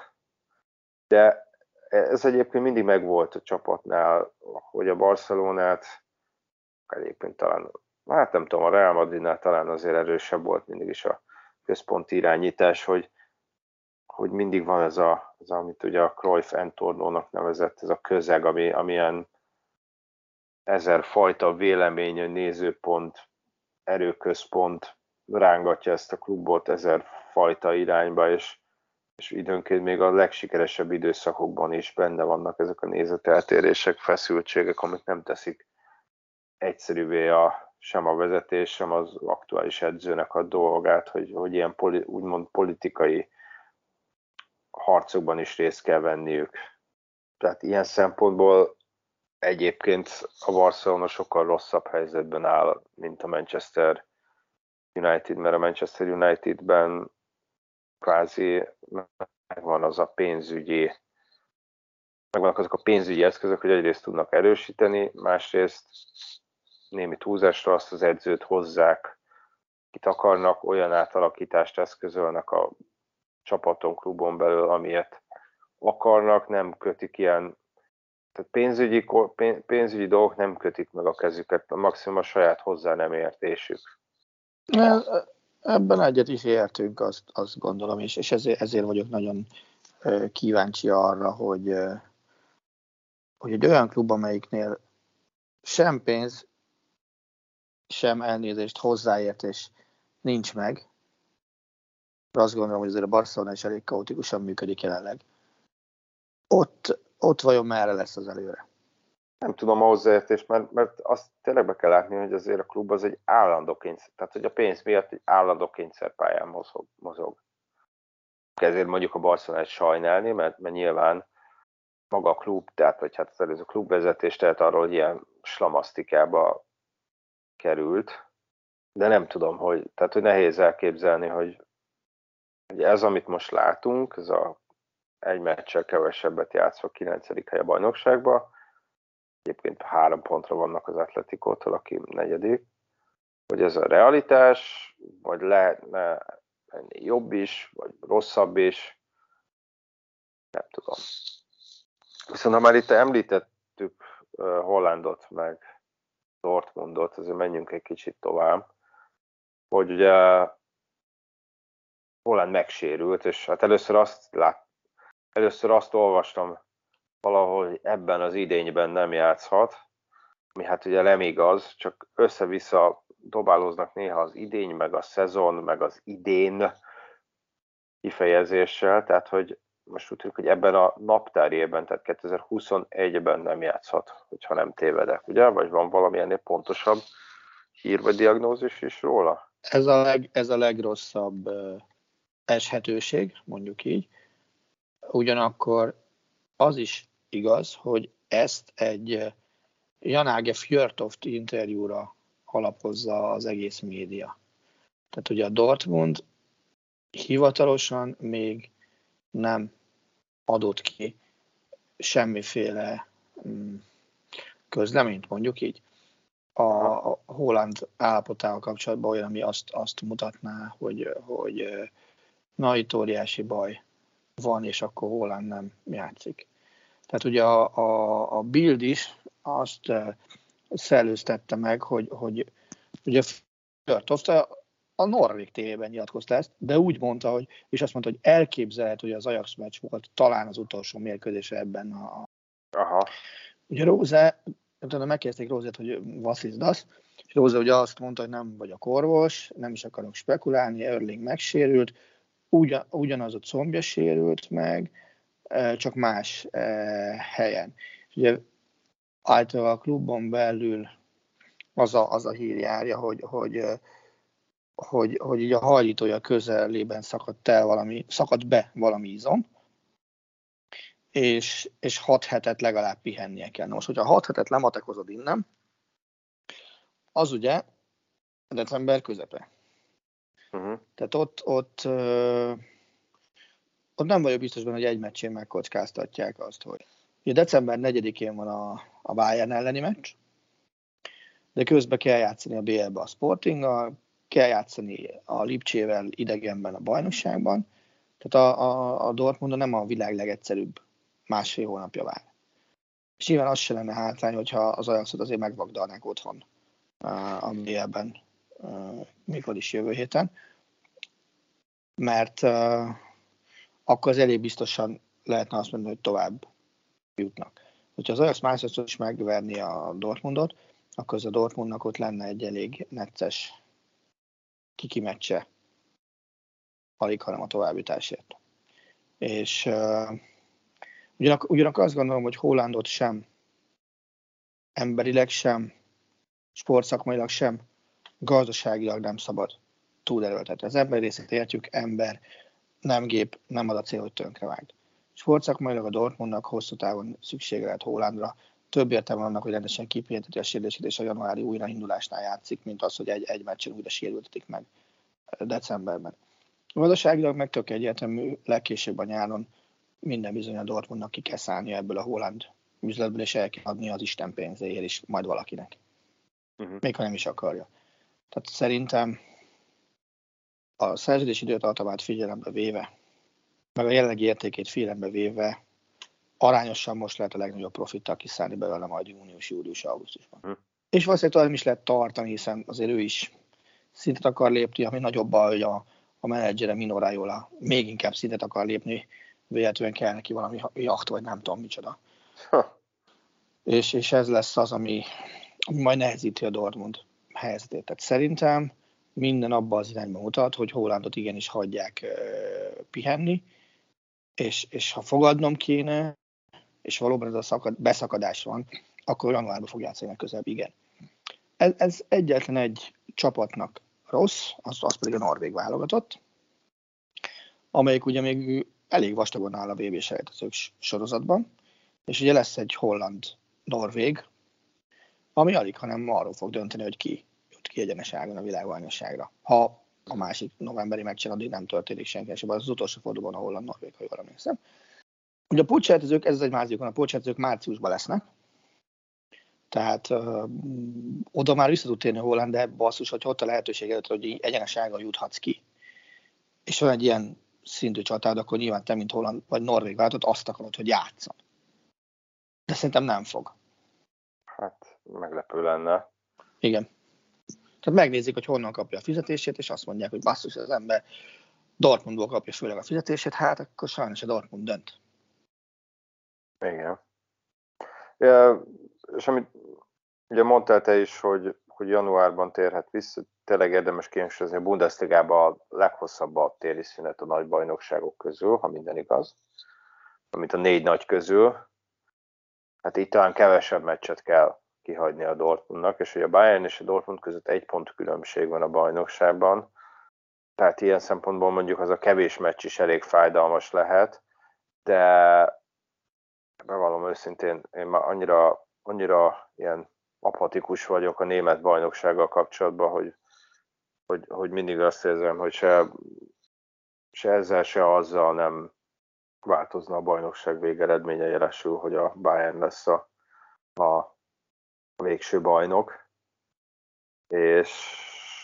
De ez egyébként mindig megvolt a csapatnál, hogy a Barcelonát, egyébként talán, hát nem tudom, a Real Madridnál talán azért erősebb volt mindig is a központi irányítás, hogy, hogy mindig van ez, a, ez amit ugye a Cruyff entornónak nevezett, ez a közeg, ami, amilyen ezer fajta vélemény, nézőpont, erőközpont rángatja ezt a klubot ezer fajta irányba, és, és időnként még a legsikeresebb időszakokban is benne vannak ezek a nézeteltérések, feszültségek, amik nem teszik egyszerűvé a, sem a vezetés, sem az aktuális edzőnek a dolgát, hogy, hogy ilyen poli, úgymond politikai harcokban is részt kell venniük. Tehát ilyen szempontból egyébként a Barcelona sokkal rosszabb helyzetben áll, mint a Manchester United, mert a Manchester Unitedben kvázi megvan az a pénzügyi, megvannak azok a pénzügyi eszközök, hogy egyrészt tudnak erősíteni, másrészt némi túlzásra azt az edzőt hozzák, akit akarnak, olyan átalakítást eszközölnek a csapaton, klubon belül, amilyet akarnak, nem kötik ilyen, tehát pénzügyi, pénzügyi dolgok nem kötik meg a kezüket, a maximum a saját hozzá nem értésük. Ebben egyet is értünk, azt, azt gondolom, és, és ezért, ezért vagyok nagyon kíváncsi arra, hogy, hogy egy olyan klub, amelyiknél sem pénz, sem elnézést, hozzáértés nincs meg, azt gondolom, hogy azért a Barcelona is elég kaotikusan működik jelenleg. Ott, ott vajon merre lesz az előre? Nem tudom a hozzáértést, mert, mert azt tényleg be kell látni, hogy azért a klub az egy állandó kényszer, tehát hogy a pénz miatt egy állandó kényszerpályán mozog. mozog. ezért mondjuk a Barcelonát sajnálni, mert, mert nyilván maga a klub, tehát vagy hát az előző klubvezetés tehet arról, hogy ilyen slamasztikába került, de nem tudom, hogy, tehát hogy nehéz elképzelni, hogy, hogy ez, amit most látunk, ez a egy meccsel kevesebbet játszva kilencedik hely a bajnokságban, egyébként három pontra vannak az Atleticótól, aki negyedik, hogy ez a realitás, vagy lehetne ennél jobb is, vagy rosszabb is, nem tudom. Viszont ha már itt említettük uh, Hollandot, meg Dortmundot, azért menjünk egy kicsit tovább, hogy ugye Holland megsérült, és hát először azt lát, először azt olvastam valahol, hogy ebben az idényben nem játszhat, ami hát ugye nem igaz, csak össze-vissza dobálóznak néha az idény, meg a szezon, meg az idén kifejezéssel, tehát hogy most úgy tűnik, hogy ebben a naptárjében, tehát kétezer-huszonegyben nem játszhat, hogyha nem tévedek, ugye? Vagy van valami ennél pontosabb hír vagy diagnózis is róla? Ez a, leg, ez a legrosszabb uh, eshetőség, mondjuk így. Ugyanakkor az is igaz, hogy ezt egy uh, Jan Åge Fjørtoft interjúra alapozza az egész média. Tehát ugye a Dortmund hivatalosan még nem adott ki semmiféle mm, közleményt, mondjuk így, a, a Holland állapotával kapcsolatban olyan, ami azt, azt mutatná, hogy, hogy na, itt óriási baj van, és akkor Holland nem játszik. Tehát ugye a, a, a Bild is azt szellőztette meg, hogy, hogy ugye Fjørtoft a norvég tévében nyilatkozta ezt, de úgy mondta, hogy, és azt mondta, hogy elképzelhető, hogy az Ajax meccs volt talán az utolsó mérkőzése ebben a... Aha. Ugye Róze, utána megkérdezték Rózét, hogy was ist das, és Róze ugye azt mondta, hogy nem vagyok orvos, nem is akarok spekulálni, Erling megsérült, ugyan, ugyanaz a combja sérült meg, csak más helyen. És ugye általában a klubon belül az a, az a hír járja, hogy, hogy Hogy, hogy így a hajlítója közelében szakadt el valami, szakadt be valami izom, és, és hat hetet legalább pihennie kell. Na most, hogyha hat hetet lematekozod innen, az ugye december közepe. Uh-huh. Tehát ott, ott, ö, ott nem vagyok biztos benne, hogy egy meccsén megkockáztatják azt, hogy ugye december negyedikén van a, a Bayern elleni meccs, de közben kell játszani a bé el-be a Sportinggal, kell játszani a Lipcsével idegenben a bajnokságban, tehát a, a, a Dortmund nem a világ legegyszerűbb másfél hónapja vár. És nyilván az se lenne hátrány, hogyha az Ajaxot azért megvagdalnák otthon a bé el-ben, mikor is jövő héten, mert uh, akkor az elég biztosan lehetne azt mondani, hogy tovább jutnak. Hogyha az Ajax másodszor is megverni a Dortmundot, akkor az a Dortmundnak ott lenne egy elég necces kiki meccse, alig, hanem a továbbjutásért. És uh, ugyanak, ugyanakkor azt gondolom, hogy Hollandot sem, emberileg sem, sportszakmailag sem, gazdaságilag nem szabad túlerőltetni. Az emberi részét értjük, ember, nem gép, nem az a cél, hogy tönkrevágd. Sportszakmailag a Dortmundnak hosszú távon szüksége lehet Hollandra. Több értelme annak, hogy rendesen kipihenteti a sérülését, és a januári újraindulásnál játszik, mint az, hogy egy, egy meccsen újra sérültetik meg decemberben. Gazdaságilag meg tök egyértelmű, legkésőbb a nyáron minden bizony a Dortmundnak ki kell szállnia ebből a holland üzletből, és el kell adni az Isten pénzéért is majd valakinek. Uh-huh. Még ha nem is akarja. Tehát szerintem a szerződés időtartamát figyelembe véve, meg a jelenlegi értékét figyelembe véve arányosan most lehet a legnagyobb profittal kiszállni belőle majd június, július, augusztusban. Uh-huh. És valószínűleg tovább is lehet tartani, hiszen azért ő is szintet akar lépni, ami nagyobb, hogy a, a menedzsere Mino Raiola még inkább szintet akar lépni, véletlenül kell neki valami jacht, vagy nem tudom micsoda. Huh. És, és ez lesz az, ami, ami majd nehezíti a Dortmund helyzetét. Tehát szerintem minden abban az irányban mutat, hogy Hollandot igenis hagyják uh, pihenni, és, és ha fogadnom kéne, és valóban ez a szakad, beszakadás van, akkor januárban fog játszani legközelebb, igen. Ez, ez egyetlen egy csapatnak rossz, az, az pedig a norvég válogatott, amelyik ugye még elég vastagon áll a vé bé-selejtezők sorozatban, és ugye lesz egy holland-norvég, ami alig, hanem arról fog dönteni, hogy ki jut ki egyeneságon a világbajnokságra. Ha a másik novemberi meccsen addig nem történik senki, és az utolsó fordulóban a holland-norvég, ha jól emlékszem. Ugye a pótselejtezők, ez egy másik, a pótselejtezők márciusban lesznek, tehát ö, oda már vissza tud térni Holland, de basszus, hogy ott a lehetőség előtt, hogy egyeneságon juthatsz ki. És van egy ilyen szintű csatád, akkor nyilván te, mint Holland vagy Norvég váltott, azt akarod, hogy játszon. De szerintem nem fog. Hát, meglepő lenne. Igen. Tehát megnézik, hogy honnan kapja a fizetését, és azt mondják, hogy basszus, az ember Dortmundból kapja főleg a fizetését, hát akkor sajnos a Dortmund dönt. Igen. Ja, és amit ugye mondtál te is, hogy, hogy januárban térhet vissza, tényleg érdemes kihangsúlyozni, a Bundesligában a leghosszabb a téli szünet a nagy bajnokságok közül, ha minden igaz, mint a négy nagy közül. Hát itt talán kevesebb meccset kell kihagyni a Dortmundnak, és hogy a Bayern és a Dortmund között egy pont különbség van a bajnokságban, tehát ilyen szempontból mondjuk az a kevés meccs is elég fájdalmas lehet, de bevallom őszintén, én már annyira, annyira ilyen apatikus vagyok a német bajnoksággal kapcsolatban, hogy, hogy, hogy mindig azt érzem, hogy se, se ezzel, se azzal nem változna a bajnokság végeredménye, jelesül, hogy a Bayern lesz a, a végső bajnok. És,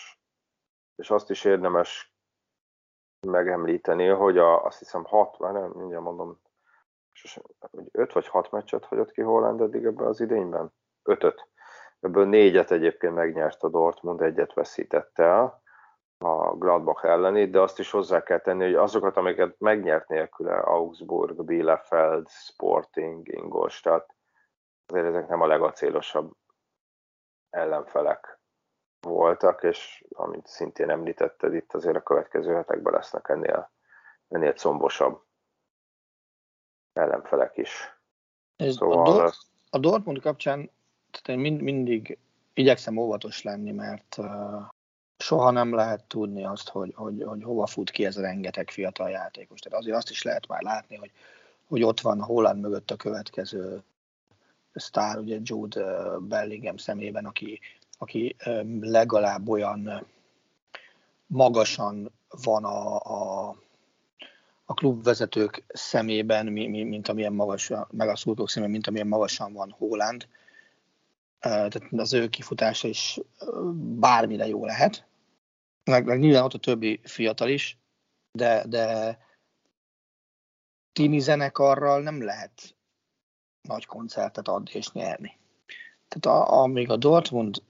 és azt is érdemes megemlíteni, hogy a, azt hiszem hat, már nem, mindjárt mondom, hogy öt vagy hat meccset hagyott ki Holland eddig ebben az idényben? Ötöt. Ebből négyet egyébként megnyert a Dortmund, egyet veszített el a Gladbach elleni, de azt is hozzá kell tenni, hogy azokat, amiket megnyert nélküle, Augsburg, Bielefeld, Sporting, Ingolstadt, azért ezek nem a legacélosabb ellenfelek voltak, és amit szintén említetted, itt azért a következő hetekben lesznek ennél, ennél combosabb ellenfelek is. Ez Szóval a, Dor- a Dortmund kapcsán tehát én mind, mindig igyekszem óvatos lenni, mert uh, soha nem lehet tudni azt, hogy, hogy, hogy hova fut ki ez a rengeteg fiatal játékos. Tehát azért azt is lehet már látni, hogy, hogy ott van Holland mögött a következő sztár, ugye Jude Bellingham szemében, aki, aki legalább olyan magasan van a, a, a klubvezetők szemében, mint amilyen magas, meg a szurkolók szemében, mint amilyen magasan van Holland. Tehát az ő kifutása is bármire jó lehet. Meg, meg nyilván ott a többi fiatal is, de, de tini zenekarral nem lehet nagy koncertet adni és nyerni. Tehát a, amíg a Dortmund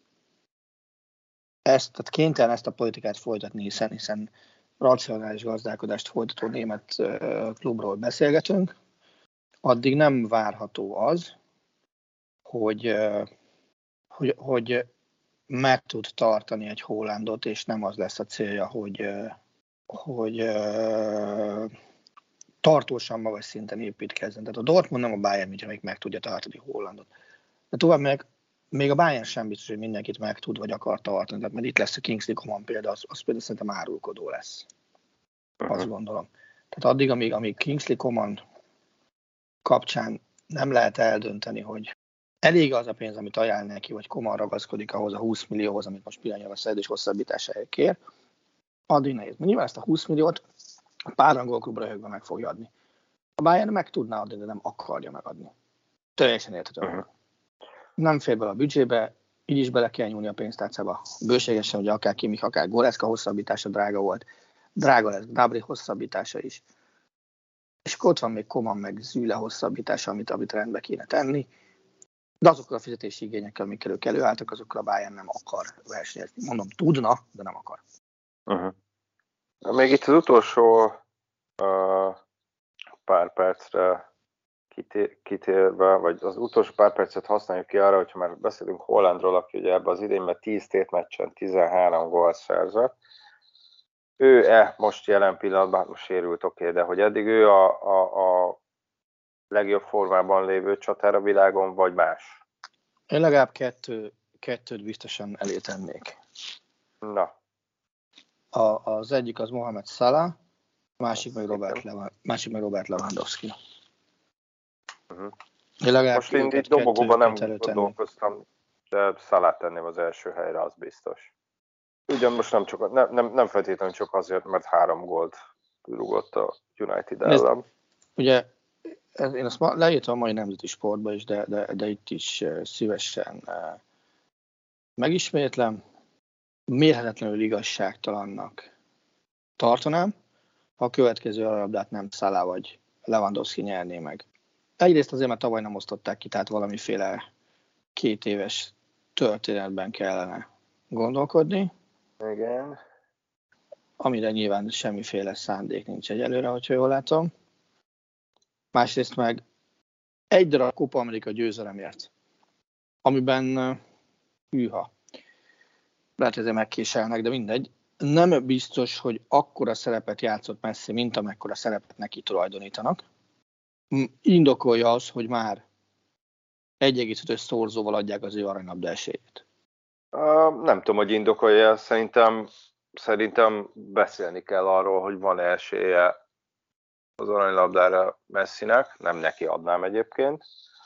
ezt, tehát kénytelen ezt a politikát folytatni, hiszen, hiszen racionális gazdálkodást folytató német uh, klubról beszélgetünk, addig nem várható az, hogy, uh, hogy, hogy meg tud tartani egy Hollandot, és nem az lesz a célja, hogy, uh, hogy uh, tartósan magas szinten építkezzen. Tehát a Dortmund nem a Bayern, mint amelyik meg tudja tartani Hollandot. De tovább meg még a Bayern sem biztos, hogy mindenkit meg tud, vagy akar tartani. Tehát mert itt lesz a Kingsley Coman példa, az, az például szerintem árulkodó lesz. Uh-huh. Azt gondolom. Tehát addig, amíg, amíg Kingsley Coman kapcsán nem lehet eldönteni, hogy elég az a pénz, amit ajánl neki, vagy Coman ragaszkodik ahhoz a húsz millióhoz, amit most pillanatnyilag a szerződés hosszabbításáért kér, addig nehéz. Nyilván ezt a húsz milliót a párangolklub röhögve meg fogja adni. A Bayern meg tudná adni, de nem akarja megadni. Teljesen érthető. Uh-huh. Nem fér bele a büdzsébe, így is bele kell nyúlni a pénztárcába. Bőségesen, hogy akár Kimmich, akár Goretzka hosszabbítása drága volt. Drága lesz Gnabry hosszabbítása is. És akkor ott van még Coman meg Züle hosszabbítása, amit, amit rendbe kéne tenni. De azokkal a fizetési igényekkel, amikkel ők előálltak, azokkal a Bayern nem akar versenyezni. Mondom, tudna, de nem akar. Uh-huh. Még itt az utolsó uh, pár percre kitérve, vagy az utolsó pár percet használjuk ki arra, hogyha már beszélünk Hollandról, aki ugye ebben az idényben tíz tétmeccsen tizenhárom gólt szerzett. Ő-e most jelen pillanatban, most sérült, oké, okay, de hogy eddig ő a, a, a legjobb formában lévő csatár a világon, vagy más? Én legalább kettő, kettőt biztosan elé tennék. Na. A, az egyik az Mohamed Salah, Másik meg Robert, Levan, másik meg Robert Lewandowski. Uh-huh. Most én itt dobogóban nem gondolkoztam, de Salát tenném az első helyre, az biztos. Ugyan most nem, csak, nem, nem, nem feltétlenül csak azért, mert három gólt rúgott a United ellen. Ugye én azt leírtam a mai nemzeti sportba is, de, de, de itt is szívesen megismétlem. Mérhetetlenül igazságtalannak tartanám, ha a következő alapdát nem Salah vagy Lewandowski nyerné meg. Egyrészt azért, mert tavaly nem osztották ki, tehát valamiféle két éves történetben kellene gondolkodni. Igen. Amire nyilván semmiféle szándék nincs egyelőre, hogyha jól látom. Másrészt meg egy darab Copa America győzelemért, amiben hűha. Lehet, hogy ezzel megkéselnek, de mindegy. Nem biztos, hogy akkora szerepet játszott Messi, mint amekkora szerepet neki tulajdonítanak. Indokolja az, hogy már egy egész ötös szorzóval adják az ő aranylabda esélyét. Uh, nem tudom, hogy indokolja. Szerintem, szerintem beszélni kell arról, hogy van esélye az aranylabdára Messinek. Nem neki adnám egyébként.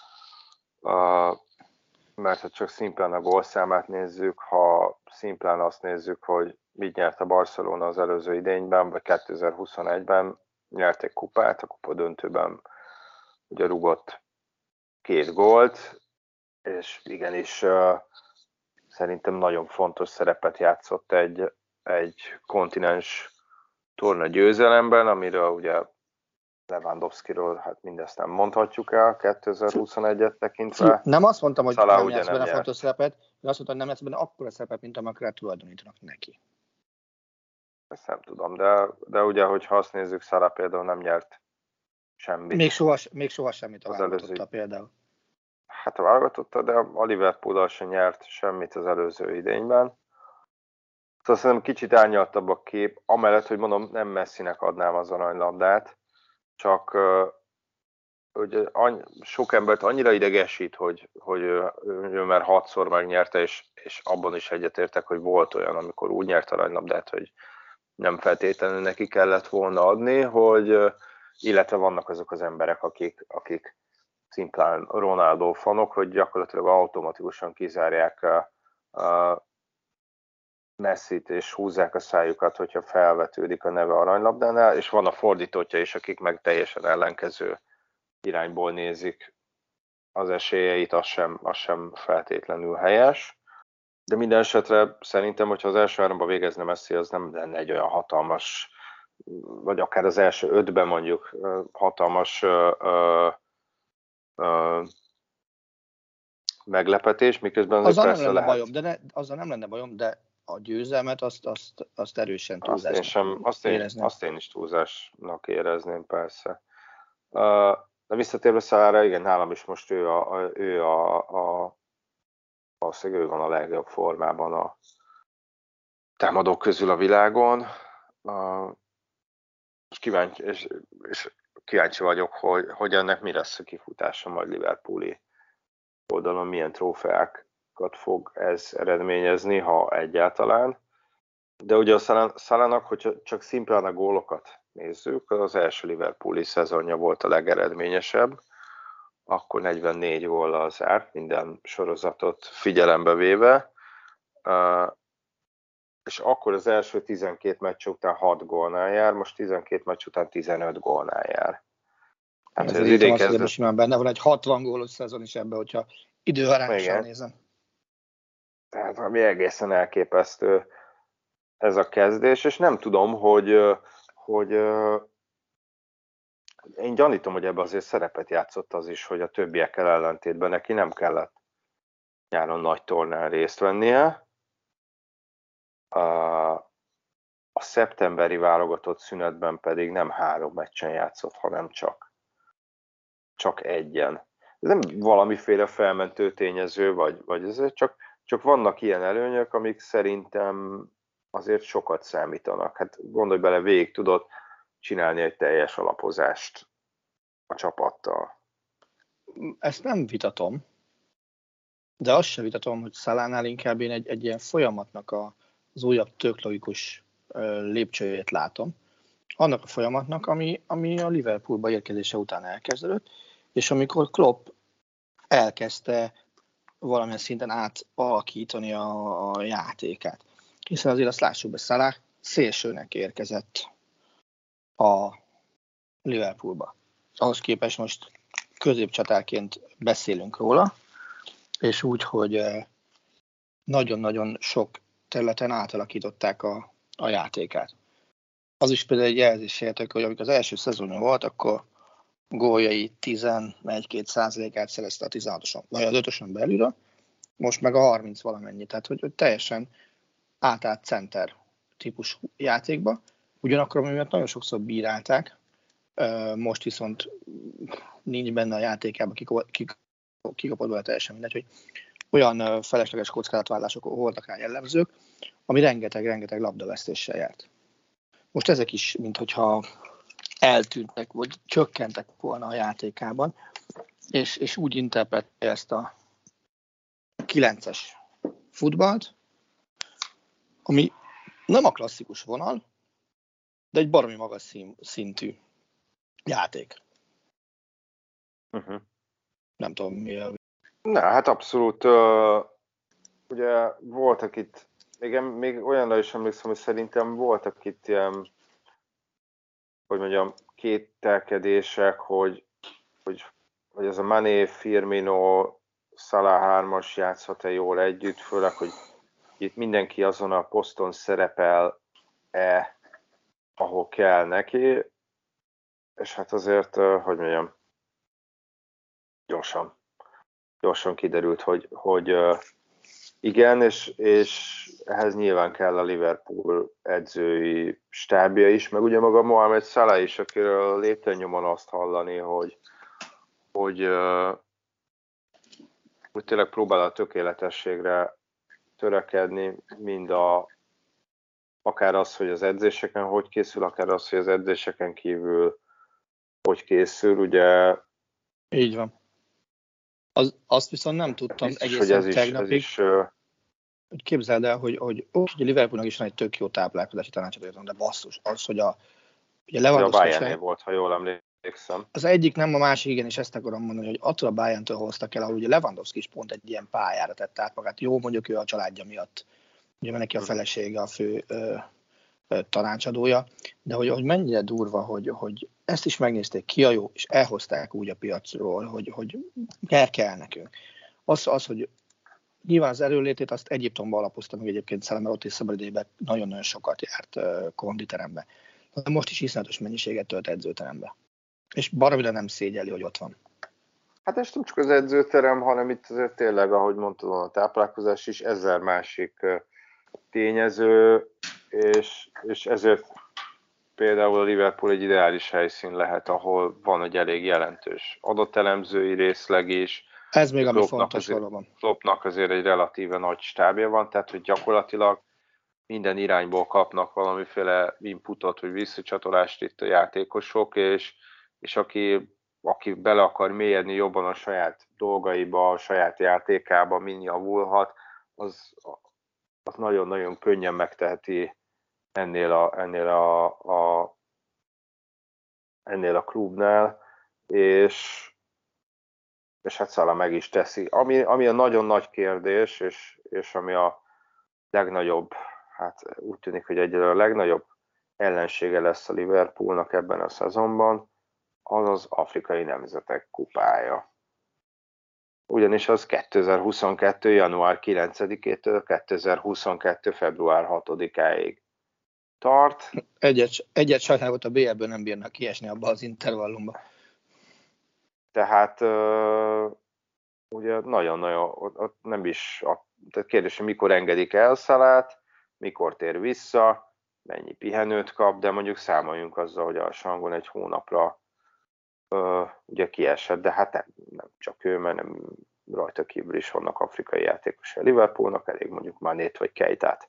Uh, mert ha csak szimplán a gólszámát nézzük, ha szimplán azt nézzük, hogy mit nyert a Barcelona az előző idényben, vagy kétezer-huszonegyben, nyert egy kupát, a kupa döntőben ugye rúgott két gólt, és igenis uh, szerintem nagyon fontos szerepet játszott egy, egy kontinens torna győzelemben, amiről ugye Lewandowskiról hát mindezt nem mondhatjuk el kétezer-huszonegyet tekintve. Nem azt mondtam, hogy Salah nem játsz benne nem fontos szerepet, én azt mondtam, hogy nem játsz benne akkora szerepet, mint amikor tulajdonítanak neki. Ezt nem tudom, de, de ugye, hogyha azt nézzük, Salah például nem nyert semmit. Még soha, még soha semmit a válogatotta például. Hát a válogatotta, de a Liverpool-dal sem nyert semmit az előző idényben. Szóval szerintem kicsit árnyaltabb a kép, amellett, hogy mondom, nem Messinek adnám az aranylabdát, csak hogy sok embert annyira idegesít, hogy, hogy ő, ő már hatszor megnyerte, és, és abban is egyetértek, hogy volt olyan, amikor úgy nyert aranylabdát, hogy nem feltétlenül neki kellett volna adni, hogy, illetve vannak azok az emberek, akik, akik szimplán Ronaldo fanok, hogy gyakorlatilag automatikusan kizárják a, a Messit, és húzzák a szájukat, hogyha felvetődik a neve aranylabdánál, és van a fordítótja is, akik meg teljesen ellenkező irányból nézik az esélyeit, az sem, az sem feltétlenül helyes. De minden esetre szerintem, hogyha az első háromba végezne Messi, az nem lenne egy olyan hatalmas, vagy akár az első ötben mondjuk hatalmas ö, ö, ö, meglepetés, miközben azért azzal persze nem lenne lehet. Bajom, de ne, azzal nem lenne bajom, de a győzelmet azt, azt, azt erősen túlzásnak azt én, sem, azt, én, azt én is túlzásnak érezném, persze. Uh, de visszatérve Salahra, igen, nálam is most ő a, a, ő a, a valószínűleg ő van a legjobb formában a támadók közül a világon. Uh, és, kíváncsi, és, és kíváncsi vagyok, hogy, hogy ennek mi lesz a kifutása majd Liverpooli oldalon, milyen trófeákat fog ez eredményezni, ha egyáltalán. De ugye a Salahnak, hogyha csak szimplán a gólokat nézzük, az első Liverpooli szezonja volt a legeredményesebb, akkor negyvennégy góllal zárt, minden sorozatot figyelembe véve, és akkor az első tizenkét meccs után hat gólnál jár, most tizenkét meccs után tizenöt gólnál jár. Hát ez az idén kezdett... simán benne van egy hatvan gólos szezon is ebben, hogyha időarányosan nézem. Tehát ami egészen elképesztő ez a kezdés, és nem tudom, hogy, hogy én gyanítom, hogy ebben azért szerepet játszott az is, hogy a többiekkel ellentétben neki nem kellett nyáron nagy tornán részt vennie. A, a szeptemberi válogatott szünetben pedig nem három meccsen játszott, hanem csak, csak egyen. Ez nem valamiféle felmentő tényező, vagy, vagy ez csak, csak vannak ilyen előnyök, amik szerintem azért sokat számítanak. Hát gondolj bele, végig tudod csinálni egy teljes alapozást a csapattal. Ezt nem vitatom, de azt sem vitatom, hogy Salahnál inkább én egy, egy ilyen folyamatnak a, az újabb tök logikus lépcsőjét látom, annak a folyamatnak, ami, ami a Liverpoolba érkezése után elkezdődött, és amikor Klopp elkezdte valamilyen szinten átalakítani a, a játékát. Hiszen azért azt lássuk be, Salah szélsőnek érkezett a Liverpoolba. Ahhoz képest most középcsatárként beszélünk róla, és úgy, hogy nagyon-nagyon sok területen átalakították a, a játékát. Az is például egy jelzés értek, hogy amikor az első szezonja volt, akkor góljai tizenegy-két százalékát szerezte a tizenhatoson, vagy az ötösön belülről, most meg a harminc valamennyi, tehát hogy, hogy teljesen átállt center típus játékba, ugyanakkor amiatt nagyon sokszor bírálták, most viszont nincs benne a játékában, kikapott vele teljesen mindegy, hogy olyan felesleges kockázatvállalások voltak rá jellemzők, ami rengeteg-rengeteg labdavesztéssel járt. Most ezek is, minthogyha eltűntek, vagy csökkentek volna a játékában, és, és úgy interpretálja ezt a kilences futballt, ami nem a klasszikus vonal, de egy baromi magas szín, szintű játék. Uh-huh. Nem tudom, mi a... Na, hát abszolút. Uh, ugye voltak itt, még, még olyanra is emlékszem, hogy szerintem voltak itt ilyen, hogy mondjam, kételkedések, hogy, hogy, hogy ez a Mané, Firmino, Salah hármas játszhat-e jól együtt, főleg, hogy itt mindenki azon a poszton szerepel-e, ahol kell neki, és hát azért, hogy mondjam, gyorsan, gyorsan kiderült, hogy, hogy igen, és, és ehhez nyilván kell a Liverpool edzői stábja is, meg ugye maga Mohamed Salah is, akiről lépten-nyomon azt hallani, hogy, hogy, hogy tényleg próbál a tökéletességre törekedni, mind a, akár az, hogy az edzéseken hogy készül, akár az, hogy az edzéseken kívül hogy készül, ugye... Így van. Az, azt viszont nem tudtam biztos, egészen hogy ez tegnapig, is, ez is, hogy képzeld el, hogy, hogy, hogy a Liverpoolnak is van egy tök jó táplálkozási tanácsadó, de basszus, az, hogy a, ugye Lewandowski... A Bayernél volt, ha jól emlékszem. Az egyik nem, a másik igen, és ezt akarom mondani, hogy attól a Bayerntől hoztak el, ahol ugye Lewandowski is pont egy ilyen pályára tette át magát. Jó, mondjuk ő a családja miatt, ugye mert neki a felesége a fő ö, ö, tanácsadója, de hogy, hogy mennyire durva, hogy, hogy ezt is megnézték, ki a jó, és elhozták úgy a piacról, hogy, hogy kell, kell nekünk. Az, az, hogy nyilván az erőlétét azt Egyiptomban alapozta meg egyébként Salah, mert ott is szabadidejében nagyon-nagyon sokat járt uh, konditerembe. De most is iszonyatos mennyiséget tölt edzőterembe. És baromira nem szégyeli, hogy ott van. Hát és nem csak az edzőterem, hanem itt azért tényleg, ahogy mondtad, a táplálkozás is ezer másik tényező, és, és ezért például a Liverpool egy ideális helyszín lehet, ahol van egy elég jelentős adatelemzői részleg is. Ez még ami fontos valóban. Kloppnak azért egy relatíve nagy stábja van, tehát hogy gyakorlatilag minden irányból kapnak valamiféle inputot, vagy visszacsatolást itt a játékosok, és, és aki, aki bele akar mélyedni jobban a saját dolgaiba, a saját játékába, min javulhat, az, az nagyon-nagyon könnyen megteheti ennél a, ennél a, a, ennél a klubnál, és és hát Salah meg is teszi. Ami, ami a nagyon nagy kérdés, és, és ami a legnagyobb, hát úgy tűnik, hogy egyelőre a legnagyobb ellensége lesz a Liverpoolnak ebben a szezonban, az az Afrikai Nemzetek Kupája. Ugyanis az kétezer-huszonkettő. január kilencedikétől kétezer-huszonkettő. február hatodikáig tart. Egyet, egyet sajnálvat a bé el-ből nem bírnak kiesni abba az intervallumba. Tehát uh, ugye nagyon-nagyon, ott, ott nem is, a, tehát kérdés, hogy mikor engedik el Salát, mikor tér vissza, mennyi pihenőt kap, de mondjuk számoljunk azzal, hogy a Sangon egy hónapra uh, ugye kiesett, de hát nem, nem csak ő, mert nem rajta kívül is vannak afrikai játékosai a Liverpoolnak, elég mondjuk Manét vagy Keitát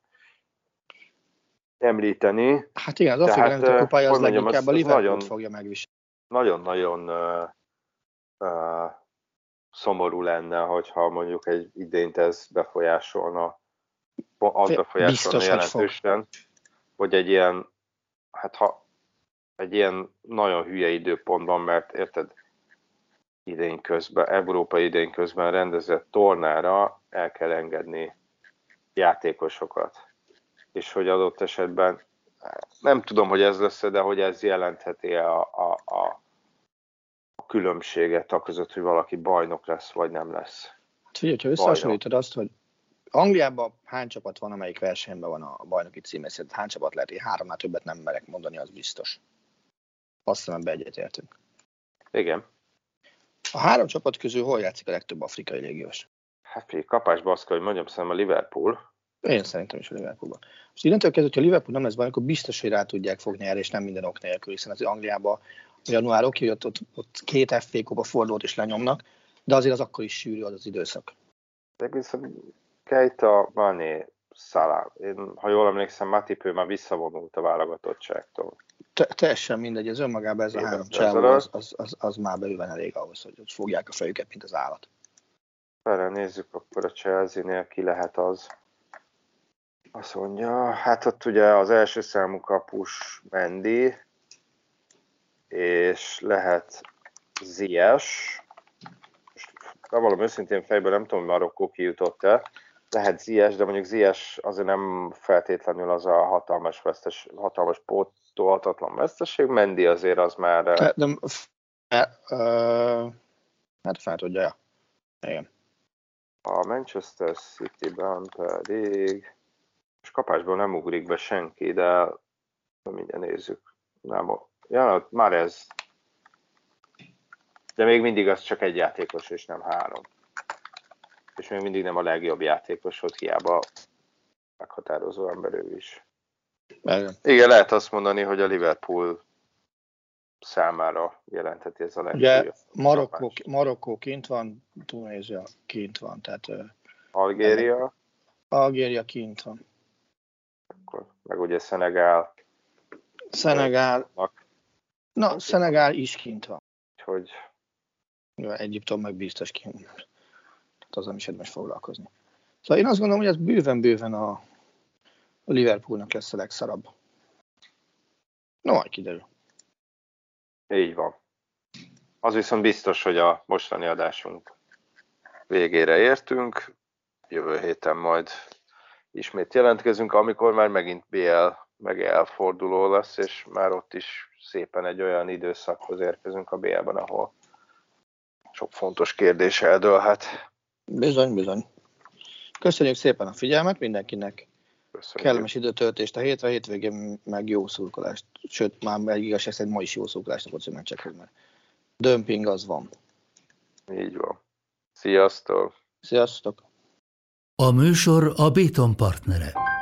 említeni. Hát igen, az Afrikai Nemzetek Kupája az leginkább a Liverpoolt fogja megviselni. Nagyon-nagyon uh, uh, szomorú lenne, hogyha mondjuk egy idényt ez befolyásolna, az befolyásolna jelentősen, hogy egy ilyen, hát ha egy ilyen nagyon hülye időpontban, mert érted, idén közben, európai idén közben rendezett tornára el kell engedni játékosokat. És hogy adott esetben, nem tudom, hogy ez lesz, de hogy ez jelentheti a, a, a, a különbséget a között, hogy valaki bajnok lesz, vagy nem lesz. Figyelj, ha összehasonlítod azt, hogy Angliában hány csapat van, amelyik versenyben van a bajnoki címért, hány csapat lehet, én háromnál többet nem merek mondani, az biztos. Azt hiszem, ebbe egyetértünk. Igen. A három csapat közül hol játszik a legtöbb afrikai légiós? Hát figyelj, kapás baszka, hogy mondjam, szerintem a Liverpool. Én szerintem is a Liverpoolban. Most innentől kezdve, hogyha a Liverpool nem lesz bajnok, akkor biztos, hogy rá tudják fogni erre, és nem minden ok nélkül, hiszen az Angliában a január oké, ott, ott, ott két ef á Kupa fordulót is lenyomnak, de azért az akkor is sűrű az az időszak. Egészen Keita, Mané, Salah. Én, ha jól emlékszem, Matip ő már visszavonult a válogatottságtól. Te, teljesen mindegy, ez önmagában ez a három csávó, az, az, az, az már bőven elég ahhoz, hogy ott fogják a fejüket, mint az állat. Erre nézzük, akkor a Chelsea-nél ki lehet az. Azt mondja, hát ott ugye az első számú kapus Mendy, és lehet Ziyech. Most valami őszintén fejből nem tudom, hogy Marokkó kijutott el. Lehet Ziyech, de mondjuk Ziyech azért nem feltétlenül az a hatalmas, vesztes, hatalmas pótolhatatlan veszteség. Mendy azért az már... De, de, de, uh, hát fel tudja, ja. Igen. A Manchester City-ben pedig... És kapásból nem ugrik be senki, de mindjárt nézzük. Nem, ja, már ez. De még mindig az csak egy játékos, és nem három. És még mindig nem a legjobb játékos, ott hiába meghatározó ember ő is. Igen. Igen, lehet azt mondani, hogy a Liverpool számára jelentheti ez a legjobb. Ugye Marokkó, Marokkó kint van, Tunézia kint van, tehát... Algéria. Algéria kint van. Akkor, meg ugye Szenegál. Szenegál. Na, Szenegál is kint van. Úgyhogy... Egyiptom meg biztos kint. Tehát azzal is érdemes foglalkozni. Szóval én azt gondolom, hogy ez bőven-bőven a, a Liverpoolnak lesz a legszarabb. Na, majd kiderül. Így van. Az viszont biztos, hogy a mostani adásunk végére értünk. Jövő héten majd ismét jelentkezünk, amikor már megint bé el meg elforduló lesz, és már ott is szépen egy olyan időszakhoz érkezünk a bé el-ben, ahol sok fontos kérdés eldőlhet. Bizony, bizony. Köszönjük szépen a figyelmet mindenkinek. Köszönjük. Kellemes időtöltést a hétre, hétvégén meg jó szurkolást. Sőt, már egy igazság szerint ma is jó szurkolást a foci meccsekhez, mert dömping az van. Így van. Sziasztok! Sziasztok! A műsor a Béton partnere.